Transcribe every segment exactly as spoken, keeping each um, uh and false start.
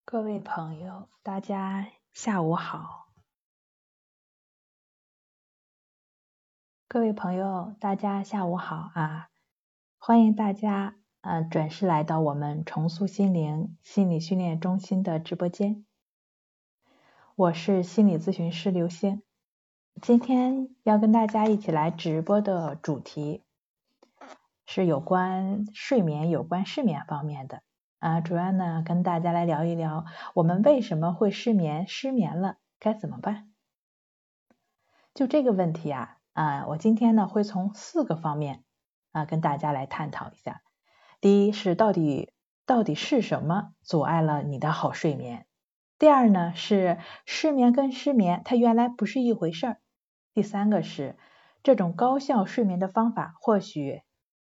各位朋友，大家下午好。各位朋友，大家下午好啊！欢迎大家呃准时来到我们重塑心灵心理训练中心的直播间。我是心理咨询师刘星，今天要跟大家一起来直播的主题是有关睡眠、有关失眠方面的。啊，主要呢跟大家来聊一聊我们为什么会失眠，失眠了该怎么办？就这个问题啊，啊，我今天呢会从四个方面啊跟大家来探讨一下。第一是到底到底是什么阻碍了你的好睡眠？第二呢是失眠跟失眠它原来不是一回事儿。第三个是这种高效睡眠的方法或许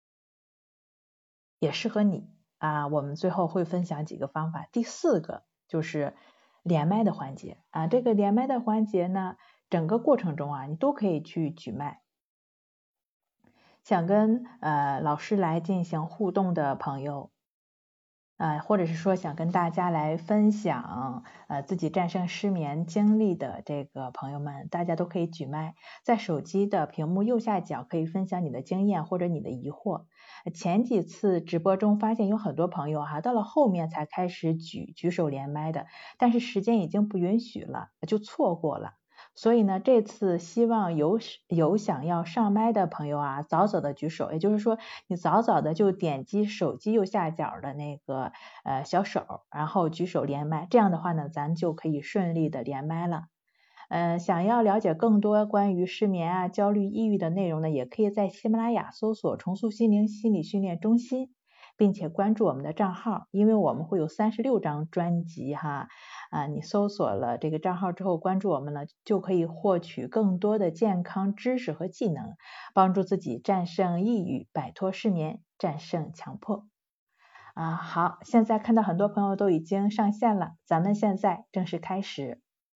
也适合你啊，我们最后会分享几个方法。第四个就是连麦的环节啊，这个连麦的环节呢，整个过程中啊，你都可以去举麦。想跟呃老师来进行互动的朋友，呃，或者是说想跟大家来分享呃自己战胜失眠经历的这个朋友们，大家都可以举麦，在手机的屏幕右下角可以分享你的经验或者你的疑惑。前几次直播中发现有很多朋友哈、啊，到了后面才开始举举手连麦的，但是时间已经不允许了，就错过了。所以呢，这次希望有有想要上麦的朋友啊，早早的举手，也就是说，你早早的就点击手机右下角的那个呃小手，然后举手连麦，这样的话呢，咱就可以顺利的连麦了。呃，想要了解更多关于失眠啊、焦虑、抑郁的内容呢，也可以在喜马拉雅搜索重塑心灵心理训练中心，并且关注我们的账号，因为我们会有三十六张专辑哈。啊，你搜索了这个账号之后，关注我们了，就可以获取更多的健康知识和技能，帮助自己战胜抑郁，摆脱失眠，战胜强迫。啊，好，现在看到很多朋友都已经上线了，咱们现在正式开始。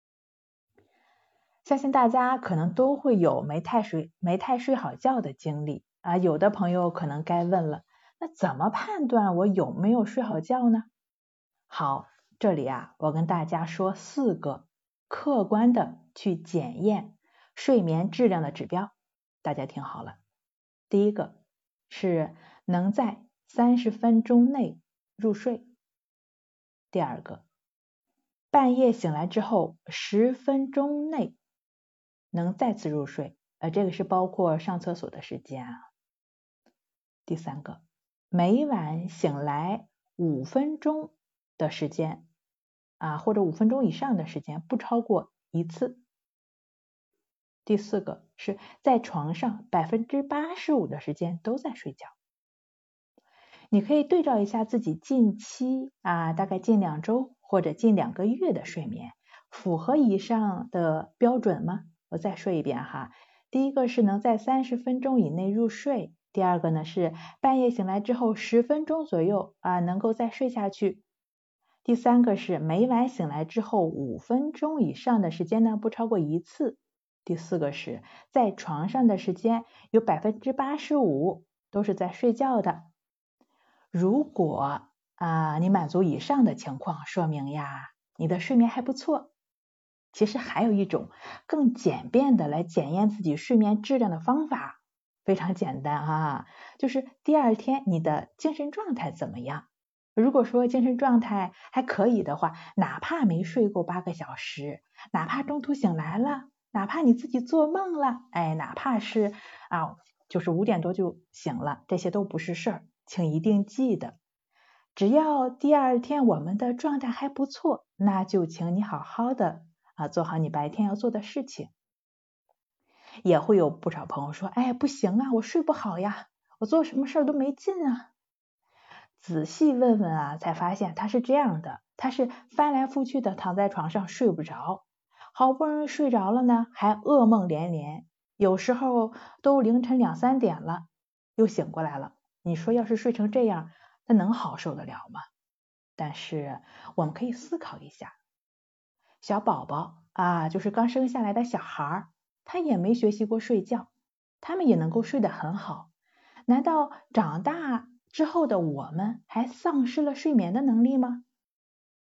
相信大家可能都会有没太睡没太睡好觉的经历啊，有的朋友可能该问了，那怎么判断我有没有睡好觉呢？好，这里啊，我跟大家说四个客观的去检验睡眠质量的指标，大家听好了。第一个是能在三十分钟内入睡。第二个，半夜醒来之后十分钟内能再次入睡，呃，这个是包括上厕所的时间啊。第三个，每晚醒来五分钟的时间啊，或者五分钟以上的时间，不超过一次。第四个是在床上百分之八十五的时间都在睡觉。你可以对照一下自己近期啊，大概近两周或者近两个月的睡眠，符合以上的标准吗？我再说一遍哈，第一个是能在三十分钟以内入睡，第二个呢是半夜醒来之后十分钟左右啊能够再睡下去，第三个是每晚醒来之后五分钟以上的时间呢不超过一次，第四个是在床上的时间有百分之八十五都是在睡觉的。如果啊你满足以上的情况，说明呀你的睡眠还不错。其实还有一种更简便的来检验自己睡眠质量的方法，非常简单啊，就是第二天你的精神状态怎么样。如果说精神状态还可以的话，哪怕没睡够八个小时，哪怕中途醒来了，哪怕你自己做梦了，哎，哪怕是啊就是五点多就醒了，这些都不是事儿，请一定记得，只要第二天我们的状态还不错，那就请你好好的啊做好你白天要做的事情。也会有不少朋友说，哎，不行啊，我睡不好呀，我做什么事都没劲啊。仔细问问啊，才发现他是这样的，他是翻来覆去的躺在床上睡不着，好不容易睡着了呢，还噩梦连连，有时候都凌晨两三点了，又醒过来了。你说要是睡成这样，那能好受得了吗？但是我们可以思考一下，小宝宝啊，就是刚生下来的小孩，他也没学习过睡觉，他们也能够睡得很好，难道长大之后的我们还丧失了睡眠的能力吗？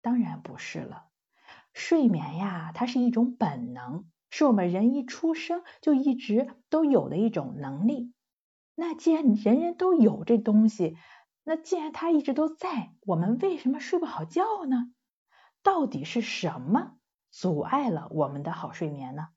当然不是了。睡眠呀，它是一种本能，是我们人一出生就一直都有的一种能力。那既然人人都有这东西，那既然它一直都在，我们为什么睡不好觉呢？到底是什么阻碍了我们的好睡眠呢？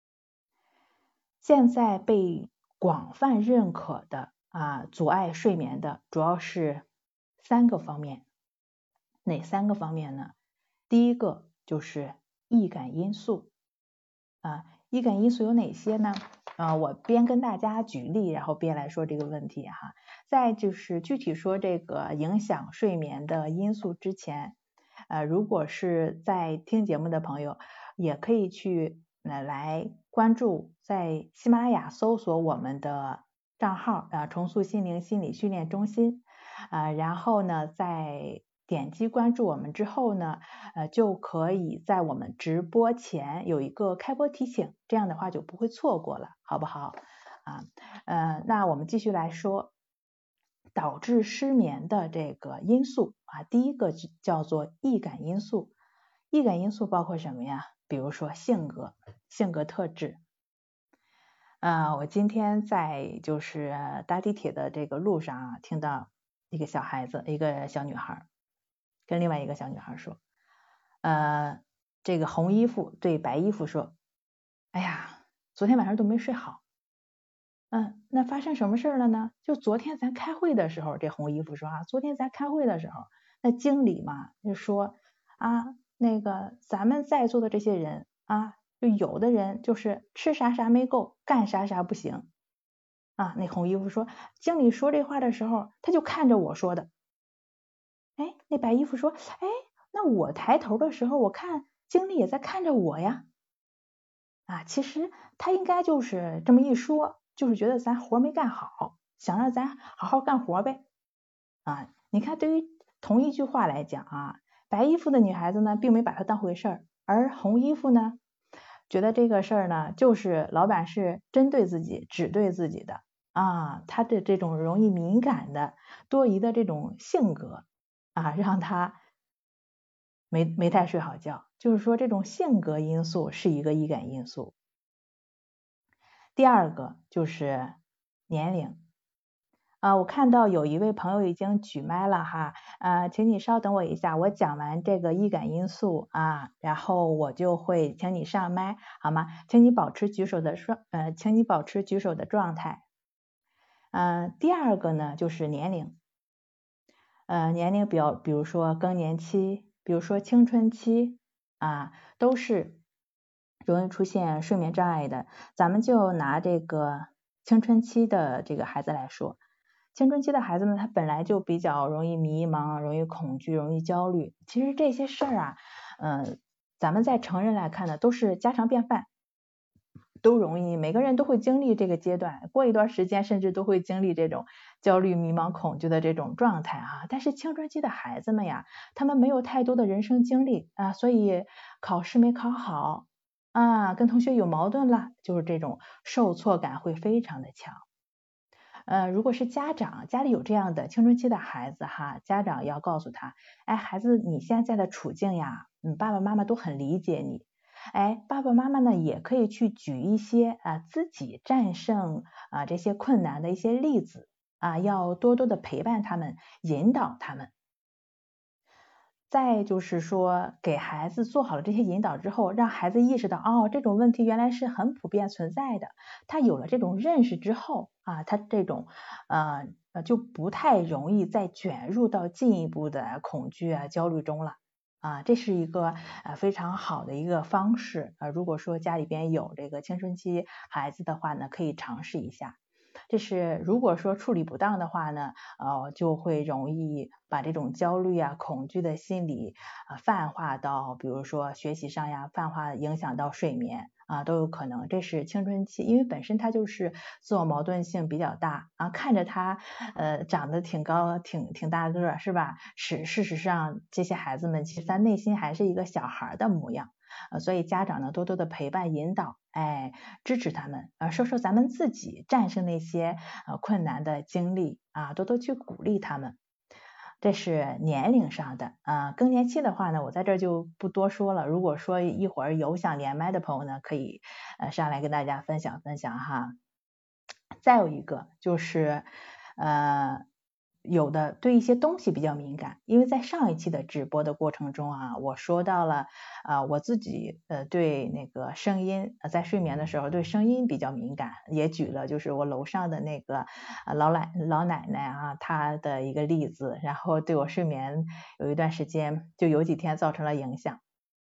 现在被广泛认可的啊，阻碍睡眠的主要是三个方面。哪三个方面呢？第一个就是易感因素啊，易感因素有哪些呢？啊，我边跟大家举例，然后边来说这个问题哈。在就是具体说这个影响睡眠的因素之前，呃，如果是在听节目的朋友，也可以去呃来关注，在喜马拉雅搜索我们的账号啊，重塑心灵心理训练中心啊，然后呢，在点击关注我们之后呢，呃，就可以在我们直播前有一个开播提醒，这样的话就不会错过了，好不好？啊，呃，那我们继续来说，导致失眠的这个因素啊，第一个叫做易感因素。易感因素包括什么呀？比如说性格、性格特质。啊，我今天在就是搭地铁的这个路上啊，听到一个小孩子，一个小女孩。跟另外一个小女孩说，呃，这个红衣服对白衣服说，哎呀，昨天晚上都没睡好。嗯，那发生什么事了呢？就昨天咱开会的时候，这红衣服说啊，昨天咱开会的时候，那经理嘛就说啊，那个咱们在座的这些人啊，就有的人就是吃啥啥没够，干啥啥不行啊。那红衣服说，经理说这话的时候，他就看着我说的。哎，那白衣服说，哎，那我抬头的时候，我看经理也在看着我呀。啊，其实他应该就是这么一说，就是觉得咱活没干好，想让咱好好干活呗。啊，你看，对于同一句话来讲啊，白衣服的女孩子呢，并没把它当回事儿，而红衣服呢，觉得这个事儿呢，就是老板是针对自己，只对自己的啊，他的这种容易敏感的、多疑的这种性格啊，让他没没太睡好觉。就是说，这种性格因素是一个易感因素。第二个就是年龄。啊，我看到有一位朋友已经举麦了哈，呃，请你稍等我一下，我讲完这个易感因素啊，然后我就会请你上麦，好吗？请你保持举手的状，呃，请你保持举手的状态。嗯、呃，第二个呢就是年龄，呃，年龄表，比如说更年期，比如说青春期啊，都是容易出现睡眠障碍的。咱们就拿这个青春期的这个孩子来说。青春期的孩子呢，他本来就比较容易迷茫、容易恐惧、容易焦虑。其实这些事儿啊，嗯、呃，咱们在成人来看呢，都是家常便饭，都容易，每个人都会经历这个阶段，过一段时间甚至都会经历这种焦虑、迷茫、恐惧的这种状态啊。但是青春期的孩子们呀，他们没有太多的人生经历啊，所以考试没考好啊，跟同学有矛盾了，就是这种受挫感会非常的强。呃，如果是家长，家里有这样的青春期的孩子哈，家长要告诉他，哎，孩子你现在的处境呀，嗯，爸爸妈妈都很理解你，哎，爸爸妈妈呢也可以去举一些啊自己战胜啊这些困难的一些例子啊，要多多的陪伴他们，引导他们。再就是说，给孩子做好了这些引导之后，让孩子意识到，哦，这种问题原来是很普遍存在的。他有了这种认识之后啊，他这种呃呃就不太容易再卷入到进一步的恐惧啊、焦虑中了啊。这是一个呃非常好的一个方式啊。如果说家里边有这个青春期孩子的话呢，可以尝试一下。这是如果说处理不当的话呢，呃，就会容易把这种焦虑啊、恐惧的心理啊泛化到，比如说学习上呀，泛化影响到睡眠啊，都有可能。这是青春期，因为本身他就是自我矛盾性比较大啊，看着他呃长得挺高、挺挺大个，是吧？事事实上，这些孩子们其实他内心还是一个小孩的模样。呃，所以家长呢，多多的陪伴引导，哎，支持他们，呃，说说咱们自己战胜那些呃困难的经历啊，多多去鼓励他们。 这是年龄上的啊、呃，更年期的话呢，我在这儿就不多说了。如果说一会儿有想连麦的朋友呢，可以呃上来跟大家分享分享哈。再有一个就是呃有的对一些东西比较敏感，因为在上一期的直播的过程中啊，我说到了啊、呃、我自己呃对那个声音、呃、在睡眠的时候对声音比较敏感，也举了就是我楼上的那个、呃、老奶老奶奶啊她的一个例子，然后对我睡眠有一段时间就有几天造成了影响。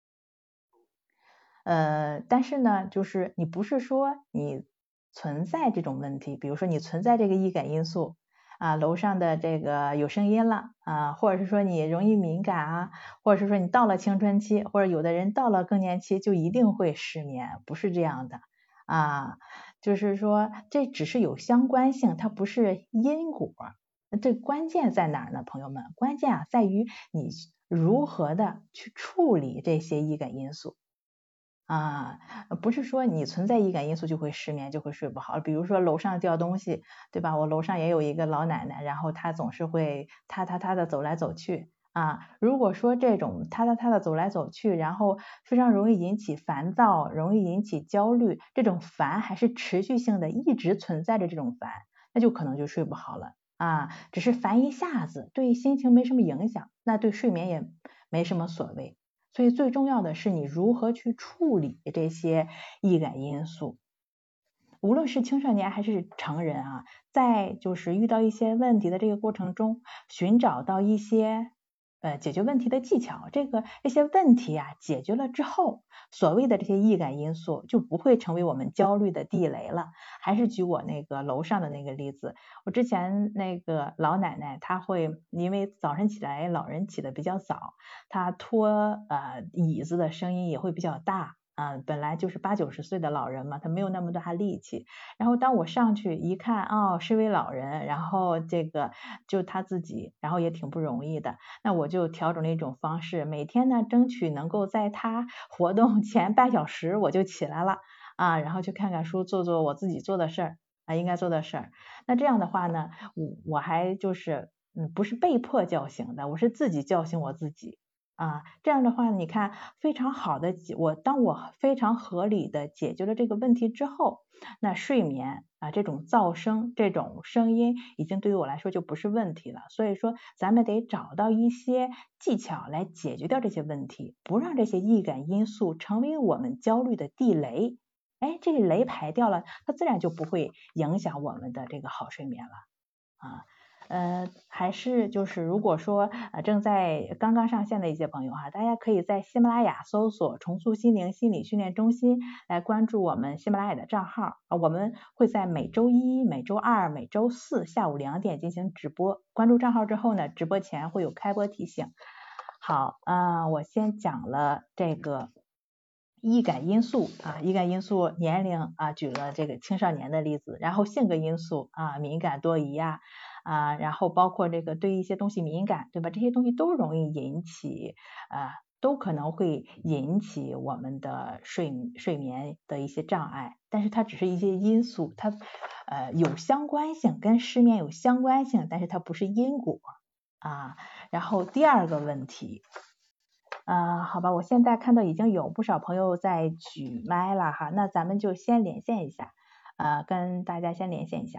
呃，但是呢，就是你不是说你存在这种问题，比如说你存在这个易感因素啊，楼上的这个有声音了啊，或者是说你容易敏感啊，或者是说你到了青春期，或者有的人到了更年期就一定会失眠，不是这样的啊，就是说这只是有相关性，它不是因果。这关键在哪儿呢，朋友们？关键啊在于你如何的去处理这些易感因素。啊，不是说你存在易感因素就会失眠，就会睡不好。比如说楼上掉东西，对吧？我楼上也有一个老奶奶，然后她总是会踏踏踏的走来走去啊。如果说这种踏踏踏的走来走去，然后非常容易引起烦躁，容易引起焦虑，这种烦还是持续性的，一直存在着这种烦，那就可能就睡不好了啊。只是烦一下子，对心情没什么影响，那对睡眠也没什么所谓。所以最重要的是你如何去处理这些易感因素。无论是青少年还是成人啊，在就是遇到一些问题的这个过程中，寻找到一些呃解决问题的技巧，这个这些问题啊解决了之后，所谓的这些易感因素就不会成为我们焦虑的地雷了。还是举我那个楼上的那个例子，我之前那个老奶奶，她会因为早晨起来老人起得比较早，她拖呃椅子的声音也会比较大。啊，本来就是八九十岁的老人嘛，他没有那么大力气。然后当我上去一看，哦，是位老人，然后这个就他自己，然后也挺不容易的。那我就调整了一种方式，每天呢争取能够在他活动前半小时我就起来了啊，然后去看看书，做做我自己做的事儿啊，应该做的事儿。那这样的话呢，我我还就是嗯，不是被迫叫醒的，我是自己叫醒我自己。啊，这样的话，你看非常好的解，我当我非常合理的解决了这个问题之后，那睡眠啊这种噪声这种声音已经对于我来说就不是问题了。所以说咱们得找到一些技巧来解决掉这些问题，不让这些易感因素成为我们焦虑的地雷。哎，这个雷排掉了，它自然就不会影响我们的这个好睡眠了啊。呃，还是就是如果说呃正在刚刚上线的一些朋友哈，大家可以在喜马拉雅搜索重塑心灵心理训练中心来关注我们喜马拉雅的账号啊，我们会在每周一、每周二、每周四下午两点进行直播。关注账号之后呢，直播前会有开播提醒。好啊、呃，我先讲了这个易感因素啊，易感因素年龄啊，举了这个青少年的例子，然后性格因素啊，敏感多疑呀。啊，然后包括这个对一些东西敏感，对吧？这些东西都容易引起啊，都可能会引起我们的睡睡眠的一些障碍，但是它只是一些因素，它呃有相关性，跟失眠有相关性，但是它不是因果啊。然后第二个问题。啊、呃，好吧，我现在看到已经有不少朋友在举麦了哈，那咱们就先连线一下，呃，跟大家先连线一下。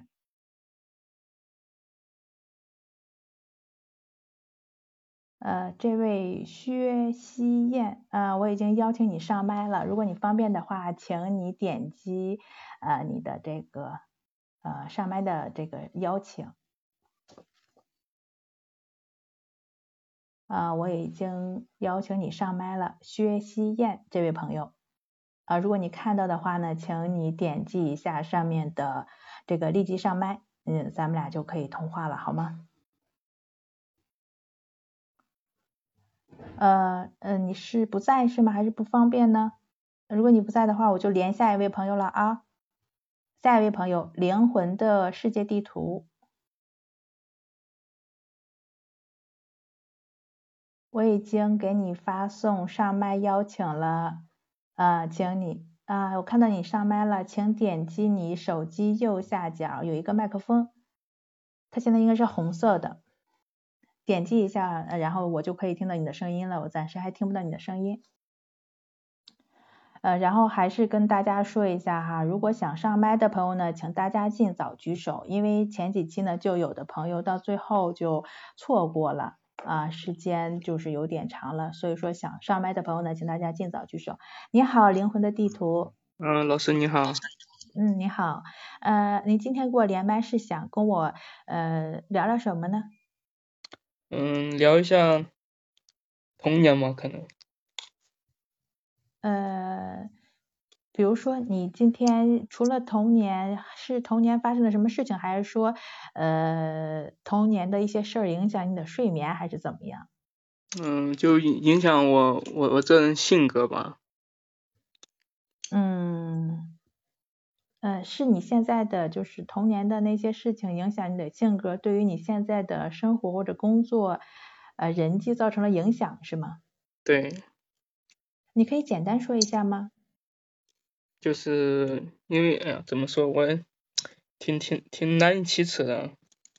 呃，这位薛希燕，呃，我已经邀请你上麦了。如果你方便的话，请你点击呃你的这个呃上麦的这个邀请。啊、呃，我已经邀请你上麦了，薛希燕这位朋友。啊、呃，如果你看到的话呢，请你点击一下上面的这个立即上麦，嗯，咱们俩就可以通话了，好吗？呃呃，你是不在是吗？还是不方便呢？如果你不在的话，我就连下一位朋友了啊。下一位朋友，灵魂的世界地图，我已经给你发送上麦邀请了，啊，请你啊，我看到你上麦了，请点击你手机右下角有一个麦克风，它现在应该是红色的， 点击一下，呃然后我就可以听到你的声音了，我暂时还听不到你的声音。呃，然后还是跟大家说一下哈，如果想上麦的朋友呢，请大家尽早举手，因为前几期呢，就有的朋友到最后就错过了啊，时间就是有点长了，所以说想上麦的朋友呢，请大家尽早举手。你好，灵魂的地图。 嗯，老师你好。 嗯，你好，呃，你今天给我连麦是想跟我呃聊聊什么呢？ 嗯，聊一下童年吗？可能。 呃，比如说你今天除了童年，是童年发生了什么事情，还是说呃童年的一些事儿影响你的睡眠，还是怎么样？ 嗯，就影影响我我我这人性格吧。 嗯，呃，是你现在的就是童年的那些事情影响你的性格，对于你现在的生活或者工作，呃，人际造成了影响，是吗？ 对， 你可以简单说一下吗？ 就是因为哎呀，怎么说，我也挺挺挺难以启齿的。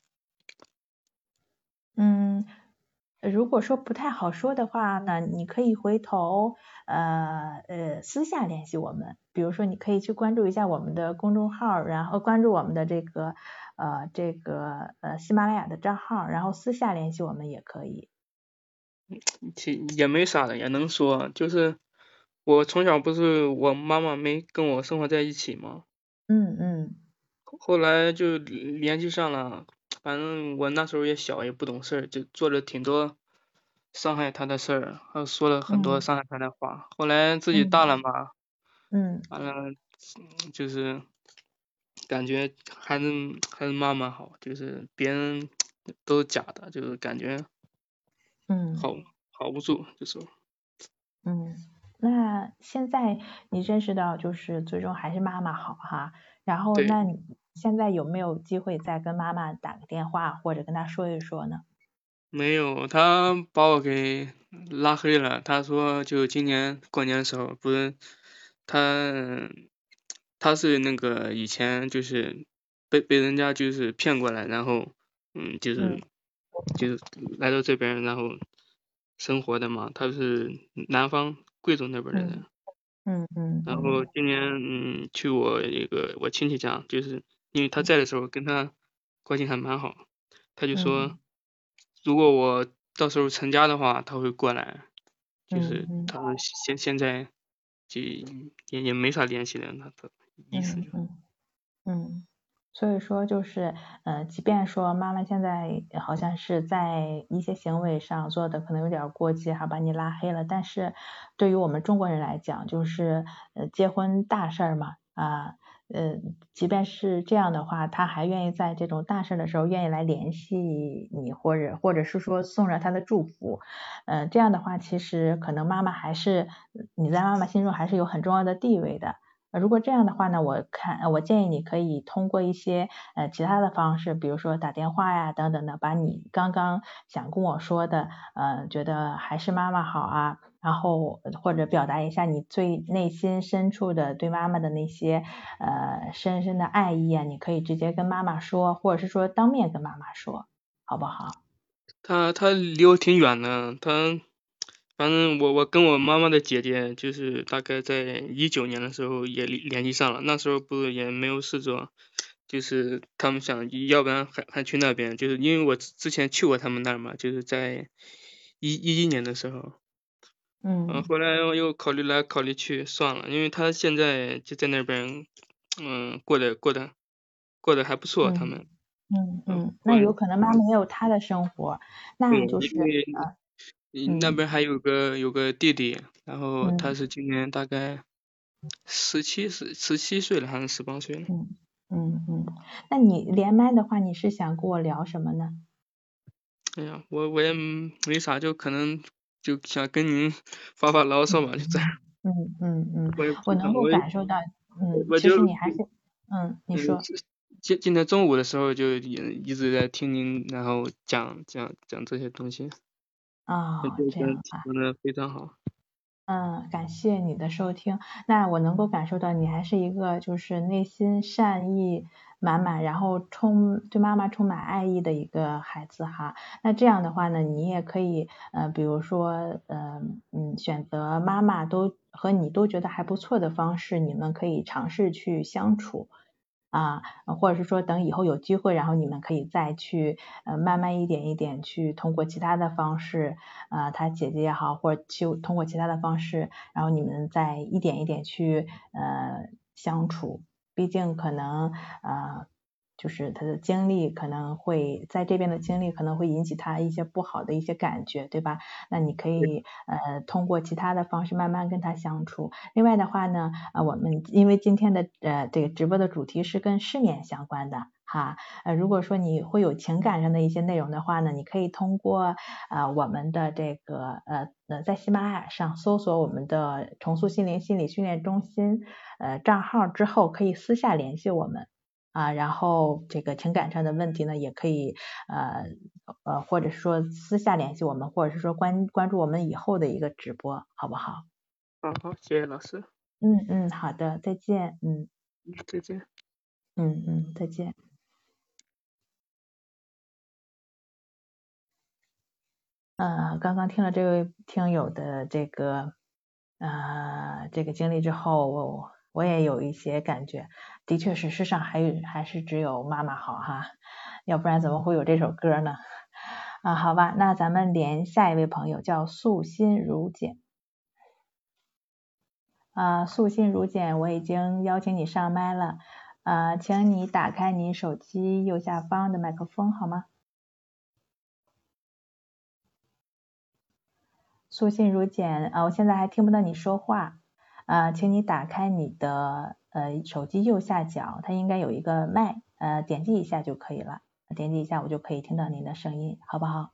嗯，如果说不太好说的话呢，你可以回头呃呃私下联系我们，比如说你可以去关注一下我们的公众号，然后关注我们的这个呃这个呃喜马拉雅的账号，然后私下联系我们也可以。 其也没啥的，也能说，就是我从小不是我妈妈没跟我生活在一起嘛， 嗯嗯后来就联系上了，反正我那时候也小，也不懂事儿，就做了挺多伤害她的事儿，还有说了很多嗯伤害她的话。后来自己大嗯了嘛， 嗯完了就是感觉还是还是妈妈好，就是别人都是假的，就是感觉嗯好好无助，就是嗯，那现在你认识到就是最终还是妈妈好哈，然后对。 那你现在有没有机会再跟妈妈打个电话，或者跟她说一说呢？ 没有，他把我给拉黑了。他说就今年过年的时候，不是他他是那个以前就是被被人家就是骗过来，然后嗯就是嗯就是来到这边然后生活的嘛。他是南方贵州那边的人。 嗯嗯嗯然后嗯今年嗯去我一个我亲戚家，就是因为他在的时候跟他关系还蛮好，他就说嗯如果我到时候成家的话，他会过来，就是嗯嗯他说现现在就也也没啥联系了，他的意思就嗯嗯嗯，所以说就是，呃，即便说妈妈现在好像是在一些行为上做的可能有点过激，还把你拉黑了，但是对于我们中国人来讲，就是呃结婚大事儿嘛，啊，呃，即便是这样的话，他还愿意在这种大事的时候愿意来联系你，或者或者是说送上他的祝福，呃，这样的话，其实可能妈妈还是你在妈妈心中还是有很重要的地位的。呃如果这样的话呢，我看我建议你可以通过一些呃其他的方式，比如说打电话呀等等的，把你刚刚想跟我说的，呃，觉得还是妈妈好啊，然后或者表达一下你最内心深处的对妈妈的那些呃深深的爱意啊，你可以直接跟妈妈说，或者是说当面跟妈妈说，好不好？ 他他离我挺远的，他反正我我跟我妈妈的姐姐就是大概在一九年的时候也联联系上了，那时候不是也没有事做，就是他们想要不然还还去那边，就是因为我之之前去过他们那儿嘛，就是在一一一年的时候。嗯， 嗯后来我又考虑来考虑去，算了，因为他现在就在那边，嗯，过得过得过得还不错，他嗯们。嗯， 嗯嗯，那过有可能妈妈也有她的生活， 对， 那就是因为呃嗯那嗯边还有个有个弟弟，然后他嗯是今年大概十七十十七岁了还是十八岁了？ 嗯嗯嗯，那你连麦的话，你是想跟我聊什么呢？ 哎呀，我我也没啥，就可能就想跟您发发牢骚吧，就这样。 嗯嗯嗯， 我也不知道， 我能够我也感受到，嗯，其我就实你还是，嗯，你嗯， 说， 今今天中午的时候就也一直在听您，然后讲讲讲这些东西，就哦， 觉得这样啊， 讲的非常好。 嗯，感谢你的收听。那我能够感受到你还是一个就是内心善意满满，然后充对妈妈充满爱意的一个孩子哈。那这样的话呢，你也可以呃，比如说呃嗯，选择妈妈都和你都觉得还不错的方式，你们可以尝试去相处。啊，或者是说等以后有机会，然后你们可以再去呃慢慢一点一点去通过其他的方式，啊，他姐姐也好，或者去通过其他的方式，然后你们再一点一点去呃相处。毕竟可能呃就是他的经历可能会在这边的经历可能会引起他一些不好的一些感觉，对吧？那你可以呃通过其他的方式慢慢跟他相处。另外的话呢，呃我们因为今天的呃这个直播的主题是跟失眠相关的哈，呃如果说你会有情感上的一些内容的话呢，你可以通过呃我们的这个呃呃在喜马拉雅上搜索我们的重塑心灵心理训练中心呃账号之后，可以私下联系我们。啊，然后这个情感上的问题呢，也可以呃呃，或者说私下联系我们，或者是说关关注我们以后的一个直播，好不好？ 好好，谢谢老师。 嗯嗯，好的，再见。嗯再见。 嗯嗯，再见。呃，刚刚听了这位听友的这个呃这个经历之后，我我也有一些感觉，的确是世上还有还是只有妈妈好哈，要不然怎么会有这首歌呢？啊，好吧，那咱们连下一位朋友叫素心如简。啊，素心如简，我已经邀请你上麦了，呃，请你打开你手机右下方的麦克风好吗？素心如简，啊，我现在还听不到你说话，啊，请你打开你的呃手机右下角，它应该有一个麦，呃，点击一下就可以了，点击一下我就可以听到您的声音，好不好？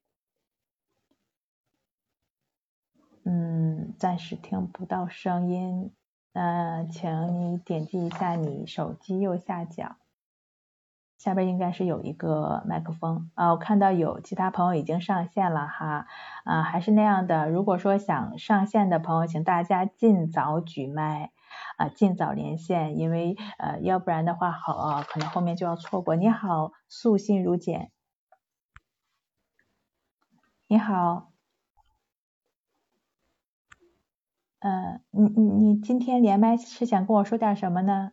嗯，暂时听不到声音，呃，请你点击一下你手机右下角。下边应该是有一个麦克风啊，我看到有其他朋友已经上线了哈，啊，还是那样的，如果说想上线的朋友，请大家尽早举麦啊，尽早连线，因为呃，要不然的话好啊，可能后面就要错过。你好，素心如简。你好。呃，你你你今天连麦是想跟我说点什么呢？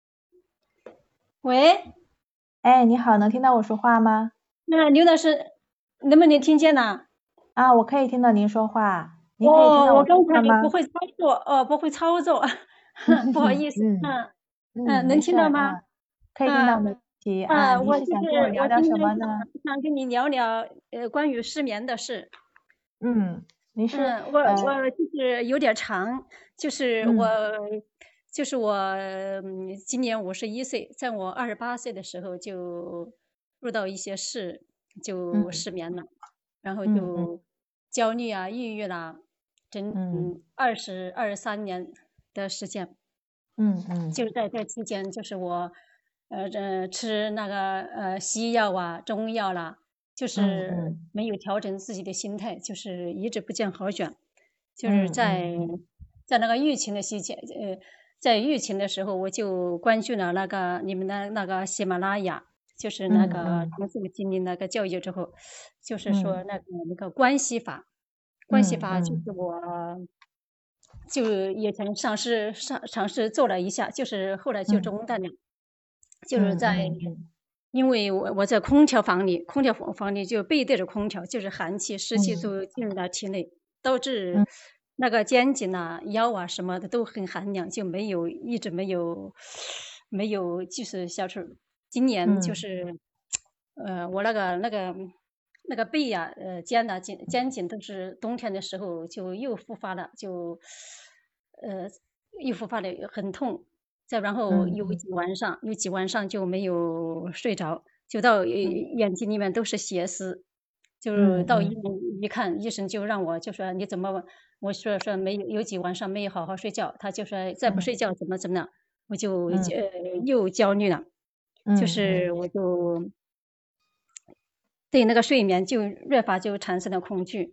喂。 哎，你好，能听到我说话吗？ 那刘老师，能不能听见呢？ 啊，我可以听到您说话，您可以听到我说话吗？ 刚才不会操作，哦，不会操作，不好意思。 嗯嗯，能听到吗？ 可以听到没问题啊。 我你是想跟我聊点什么呢？ 想跟你聊聊呃关于失眠的事。 嗯，您是嗯，我我就是有点长，就是我就是我今年五十一岁，在我二十八岁的时候就遇到一些事，就失眠了，然后就焦虑啊、抑郁啦，整二十二三年的时间。 嗯嗯， 就在这期间，就是我呃这吃那个呃西药啊、中药啦，就是没有调整自己的心态，就是一直不见好转。就是在在那个疫情的期间，呃，在疫情的时候，我就关注了那个你们的那个喜马拉雅，就是那个重塑心灵那个教育之后，就是说那个那个关系法，关系法就是我就也曾尝试上尝试做了一下，就是后来就中断了，就是在因为我我在空调房里，空调房房里就背对着空调，就是寒气湿气都进入到体内，导致那个肩颈啊、腰啊什么的都很寒凉，就没有一直没有没有就是消除。今年就是，呃，我那个那个那个背呀、呃肩呐、肩肩颈都是冬天的时候就又复发了，就呃又复发的很痛。再然后有几晚上，有几晚上就没有睡着，就到眼睛里面都是血丝，就是到医院一看，医生就让我就说你怎么，我说说没有有几晚上没有好好睡觉，他就说再不睡觉怎么怎么样，我就呃又焦虑了，就是我就对那个睡眠就越发就产生了恐惧。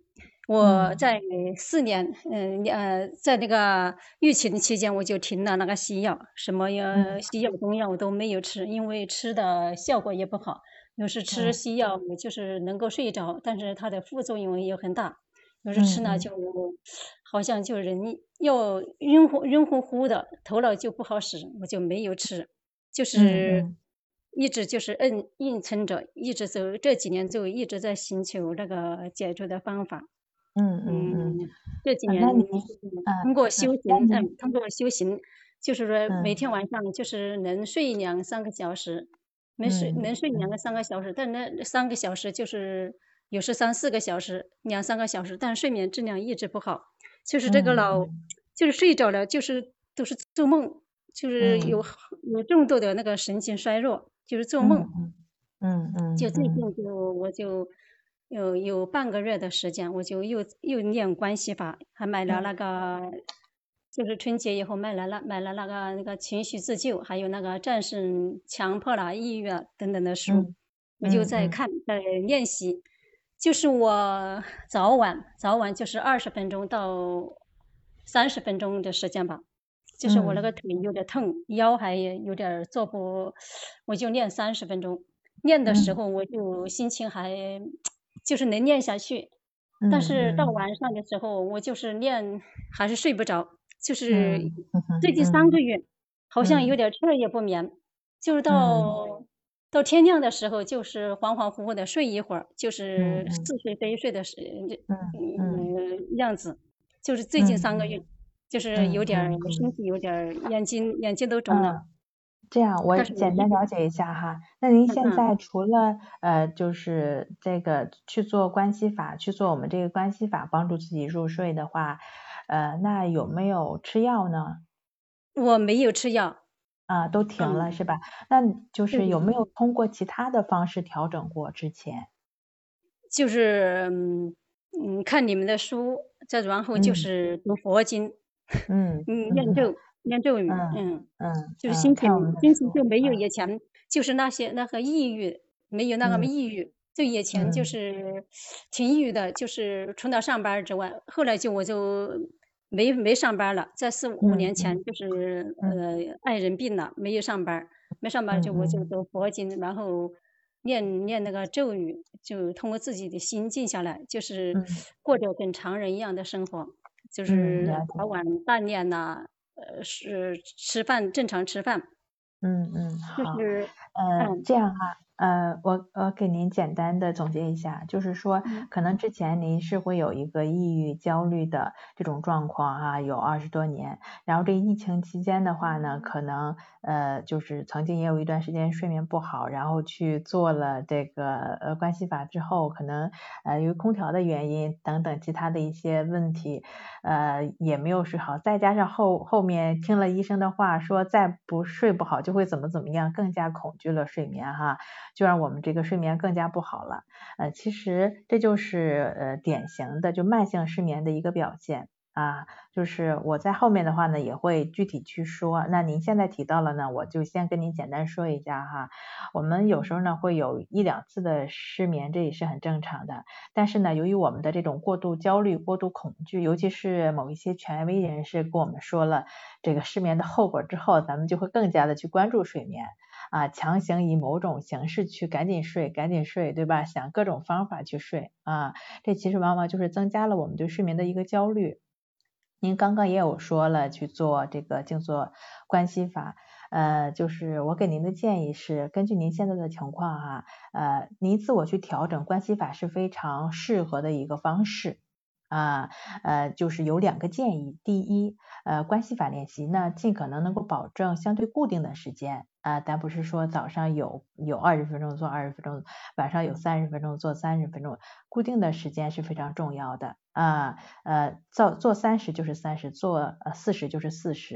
我在四年，嗯呃，在那个疫情期间，我就停了那个西药，什么呀西药、中药我都没有吃，因为吃的效果也不好。有时吃西药就是能够睡着，但是它的副作用也很大。有时吃呢就好像就人要晕乎晕乎乎的，头脑就不好使，我就没有吃，就是一直就是硬硬撑着，一直走这几年就一直在寻求那个解决的方法。 嗯嗯嗯， 这几年通过修行，嗯，通过修行，就是说每天晚上就是能睡两三个小时，能睡能睡两个三个小时，但那三个小时就是有时三四个小时，两三个小时，但睡眠质量一直不好，就是这个老就是睡着了，就是都是做梦，就是有有重度的那个神经衰弱，就是做梦， 嗯嗯， 就最近就我就。有有半个月的时间，我就又又念观系法，还买了那个，就是春节以后买了那买了那个那个情绪自救，还有那个战胜强迫啦、抑郁啊等等的书，我就在看在练习。就是我早晚早晚就是二十分钟到三十分钟的时间吧，就是我那个腿有点痛，腰还有点做不，我就练三十分钟。练的时候我就心情还。就是能练下去，但是到晚上的时候，我就是练还是睡不着，就是最近三个月，好像有点彻夜不眠，就是到到天亮的时候，就是恍恍惚惚的睡一会儿，就是似睡非睡的时嗯样子，就是最近三个月，就是有点身体有点眼睛眼睛都肿了。 这样，我简单了解一下哈。那您现在除了呃，就是这个去做观息法，去做我们这个观息法帮助自己入睡的话，呃，那有没有吃药呢？ 我没有吃药。 啊，都停了是吧？那就是有没有通过其他的方式调整过之前？ 就是嗯嗯，看你们的书，再然后就是读佛经， 嗯嗯，念咒。念咒语， 嗯嗯，就是心情心情就没有以前，就是那些那个抑郁，没有那个抑郁，就以前就是挺抑郁的，就是除了上班之外，后来就我就没没上班了，在四五年前就是呃爱人病了，没有上班，没上班就我就读佛经，然后念念那个咒语，就通过自己的心静下来，就是过着跟常人一样的生活，就是早晚锻炼呐。呃，是吃饭正常吃饭。 嗯嗯，好， 就是呃，这样哈，呃，我我给您简单的总结一下，就是说，可能之前您是会有一个抑郁、焦虑的这种状况啊，有二十多年，然后这疫情期间的话呢，可能呃，就是曾经也有一段时间睡眠不好，然后去做了这个呃观息法之后，可能呃由于空调的原因等等其他的一些问题，呃也没有睡好，再加上后后面听了医生的话，说再不睡不好就会怎么怎么样，更加恐惧了睡眠哈，就让我们这个睡眠更加不好了。呃，其实这就是呃典型的就慢性失眠的一个表现。啊，就是我在后面的话呢也会具体去说，那您现在提到了呢，我就先跟您简单说一下哈。我们有时候呢会有一两次的失眠，这也是很正常的，但是呢由于我们的这种过度焦虑、过度恐惧，尤其是某一些权威人士跟我们说了这个失眠的后果之后，咱们就会更加的去关注睡眠啊，强行以某种形式去赶紧睡赶紧睡，对吧？想各种方法去睡啊，这其实往往就是增加了我们对睡眠的一个焦虑。您刚刚也有说了去做这个静坐观息法，呃，就是我给您的建议是根据您现在的情况哈，呃，您自我去调整观息法是非常适合的一个方式啊，呃，就是有两个建议，第一，呃，观息法练习呢，尽可能能够保证相对固定的时间啊，但不是说早上有有二十分钟做二十分钟，晚上有三十分钟做三十分钟，固定的时间是非常重要的啊，呃，做做三十就是三十，做呃四十就是四十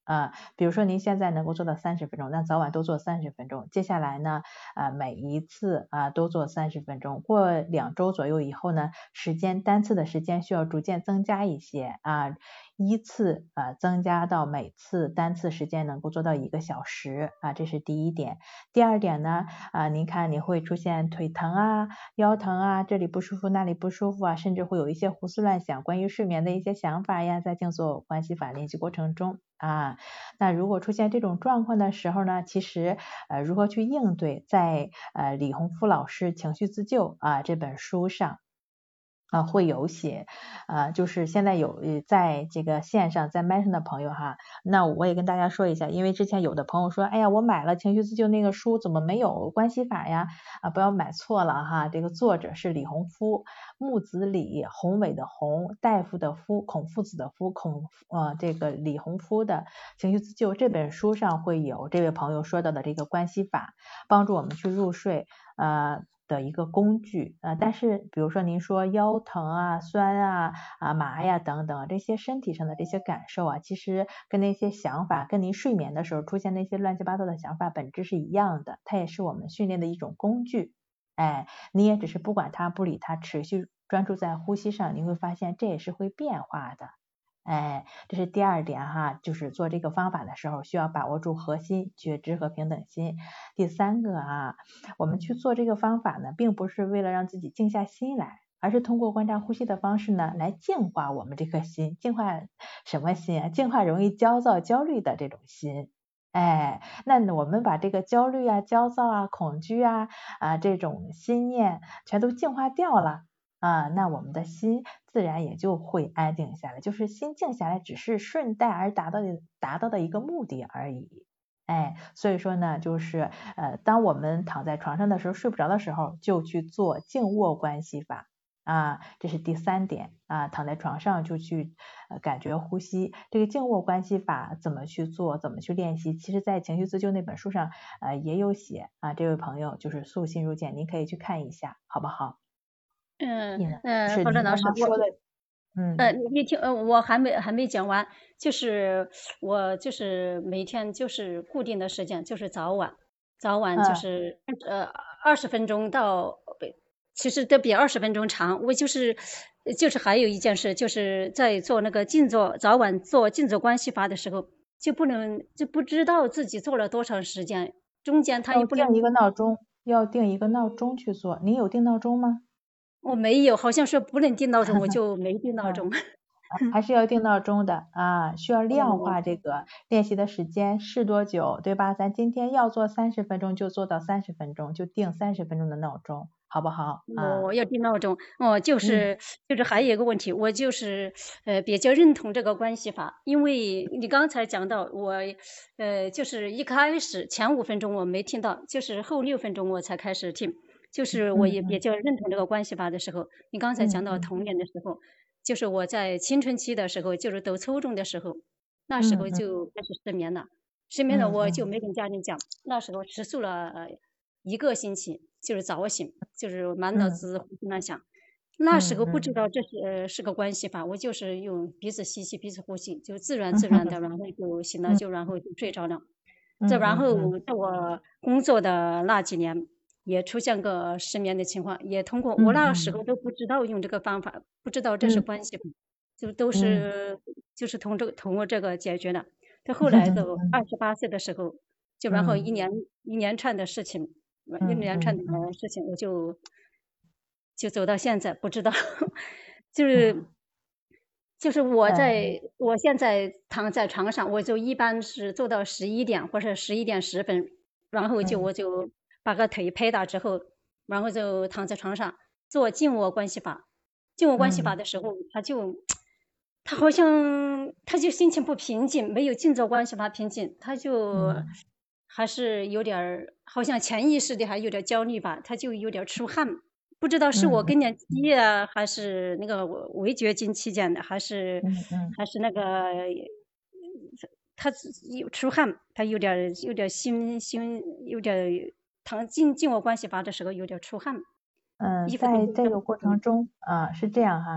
啊，比如说您现在能够做到三十分钟，那早晚都做三十分钟。接下来呢，啊，每一次啊都做三十分钟。过两周左右以后呢，时间单次的时间需要逐渐增加一些啊，依次啊增加到每次单次时间能够做到一个小时啊，这是第一点。第二点呢，啊，您看你会出现腿疼啊、腰疼啊，这里不舒服那里不舒服啊，甚至会有一些胡思乱想关于睡眠的一些想法呀，在静坐关系法练习过程中。啊，那如果出现这种状况的时候呢，其实呃如何去应对，在呃李洪福老师情绪自救啊这本书上啊会有写，啊就是现在有在这个线上在麦上的朋友哈，那我也跟大家说一下，因为之前有的朋友说，哎呀我买了情绪自救那个书怎么没有关系法呀？啊不要买错了哈，这个作者是李洪福，木子李，宏伟的宏，大夫的夫，孔夫子的夫，孔呃这个李洪福的情绪自救这本书上会有这位朋友说到的这个关系法，帮助我们去入睡呃的一个工具啊、呃，但是比如说您说腰疼啊、酸啊、啊麻呀等等这些身体上的这些感受啊，其实跟那些想法，跟您睡眠的时候出现那些乱七八糟的想法本质是一样的，它也是我们训练的一种工具。哎，你也只是不管它不理它，持续专注在呼吸上，你会发现这也是会变化的。哎，这是第二点哈，就是做这个方法的时候需要把握住核心、觉知和平等心。第三个啊，我们去做这个方法呢，并不是为了让自己静下心来，而是通过观察呼吸的方式呢，来净化我们这颗心。净化什么心啊？净化容易焦躁、焦虑的这种心。哎，那我们把这个焦虑啊、焦躁啊、恐惧啊啊这种心念全都净化掉了啊，那我们的心自然也就会安定下来。就是心静下来，只是顺带而达到的达到的一个目的而已。哎，所以说呢，就是呃，当我们躺在床上的时候，睡不着的时候，就去做静卧关系法。啊，这是第三点啊，躺在床上就去呃感觉呼吸。这个静卧关系法怎么去做，怎么去练习？其实在情绪自救那本书上呃也有写啊。这位朋友就是素心如简，您可以去看一下，好不好？ 嗯嗯， 嗯， 是您刚方正老师，我刚说的，嗯呃，你听，呃，我还没还没讲完，就是我就是每天就是固定的时间，就是早晚，早晚就嗯是呃二十分钟到，其实都比二十分钟长。我就是就是还有一件事，就是在做那个静坐，早晚做静坐关系法的时候，就不能就不知道自己做了多长时间，中间他也不能， 要定一个闹钟，要定一个闹钟去做。您有定闹钟吗？ 我没有，好像说不能定闹钟，我就没定闹钟。 还是要定闹钟的啊，需要量哦， 化这个练习的时间是多久，对吧？咱今天要做三十分钟，就做到三十分钟，就定三十分钟的闹钟，好不好啊？ 我要定闹钟。哦，就嗯是就是还有一个问题，我就是呃比较认同这个关系法，因为你刚才讲到我呃就是一开始前五分钟我没听到，就是后六分钟我才开始听，就是我也比嗯嗯较认同这个关系法的时候，你刚才讲到嗯嗯童年的时候，就是我在青春期的时候，就是读初中的时候，那时候嗯嗯就开始失眠了，失眠了嗯嗯我就没跟家人讲，那时候持续了呃一个星期，就是早醒，就是满脑嗯子胡思乱想。那时候不知嗯道这是呃是个关系法，我就是用鼻子吸气，鼻子呼吸，就自然自然嗯的，然后就醒了， 嗯就然后就睡着了。这嗯然嗯嗯后在我工作的那几年，也出现个失眠的情况，也通过我那时嗯候都不知道用这个方法，不知道这是嗯关系法，就都嗯是就是通这个通过这个解决的。到后来就二十八岁的时候，就然后一嗯年一连串的事情，一嗯连串的嗯嗯事情，我就就走到现在，不知道就嗯是就是我嗯在我现在躺在床上，我就一般是做到十一点或者十一点十分，然后就嗯我就把个腿拍打之后，然后就躺在床上做静卧关系法。静卧关系法嗯的时候，他就他好像他就心情不平静，没有静坐关系法平静，他就嗯还是有点儿好像潜意识的还有点焦虑吧，他就有点出汗。不知道是我嗯更年期啊，还是那个围绝经期间的，还是嗯嗯还是那个他有出汗，他有点有点心心有点躺进进我关系法的时候有点出汗， 嗯， 衣服都在会湿。 这个过程中啊，是这样哈，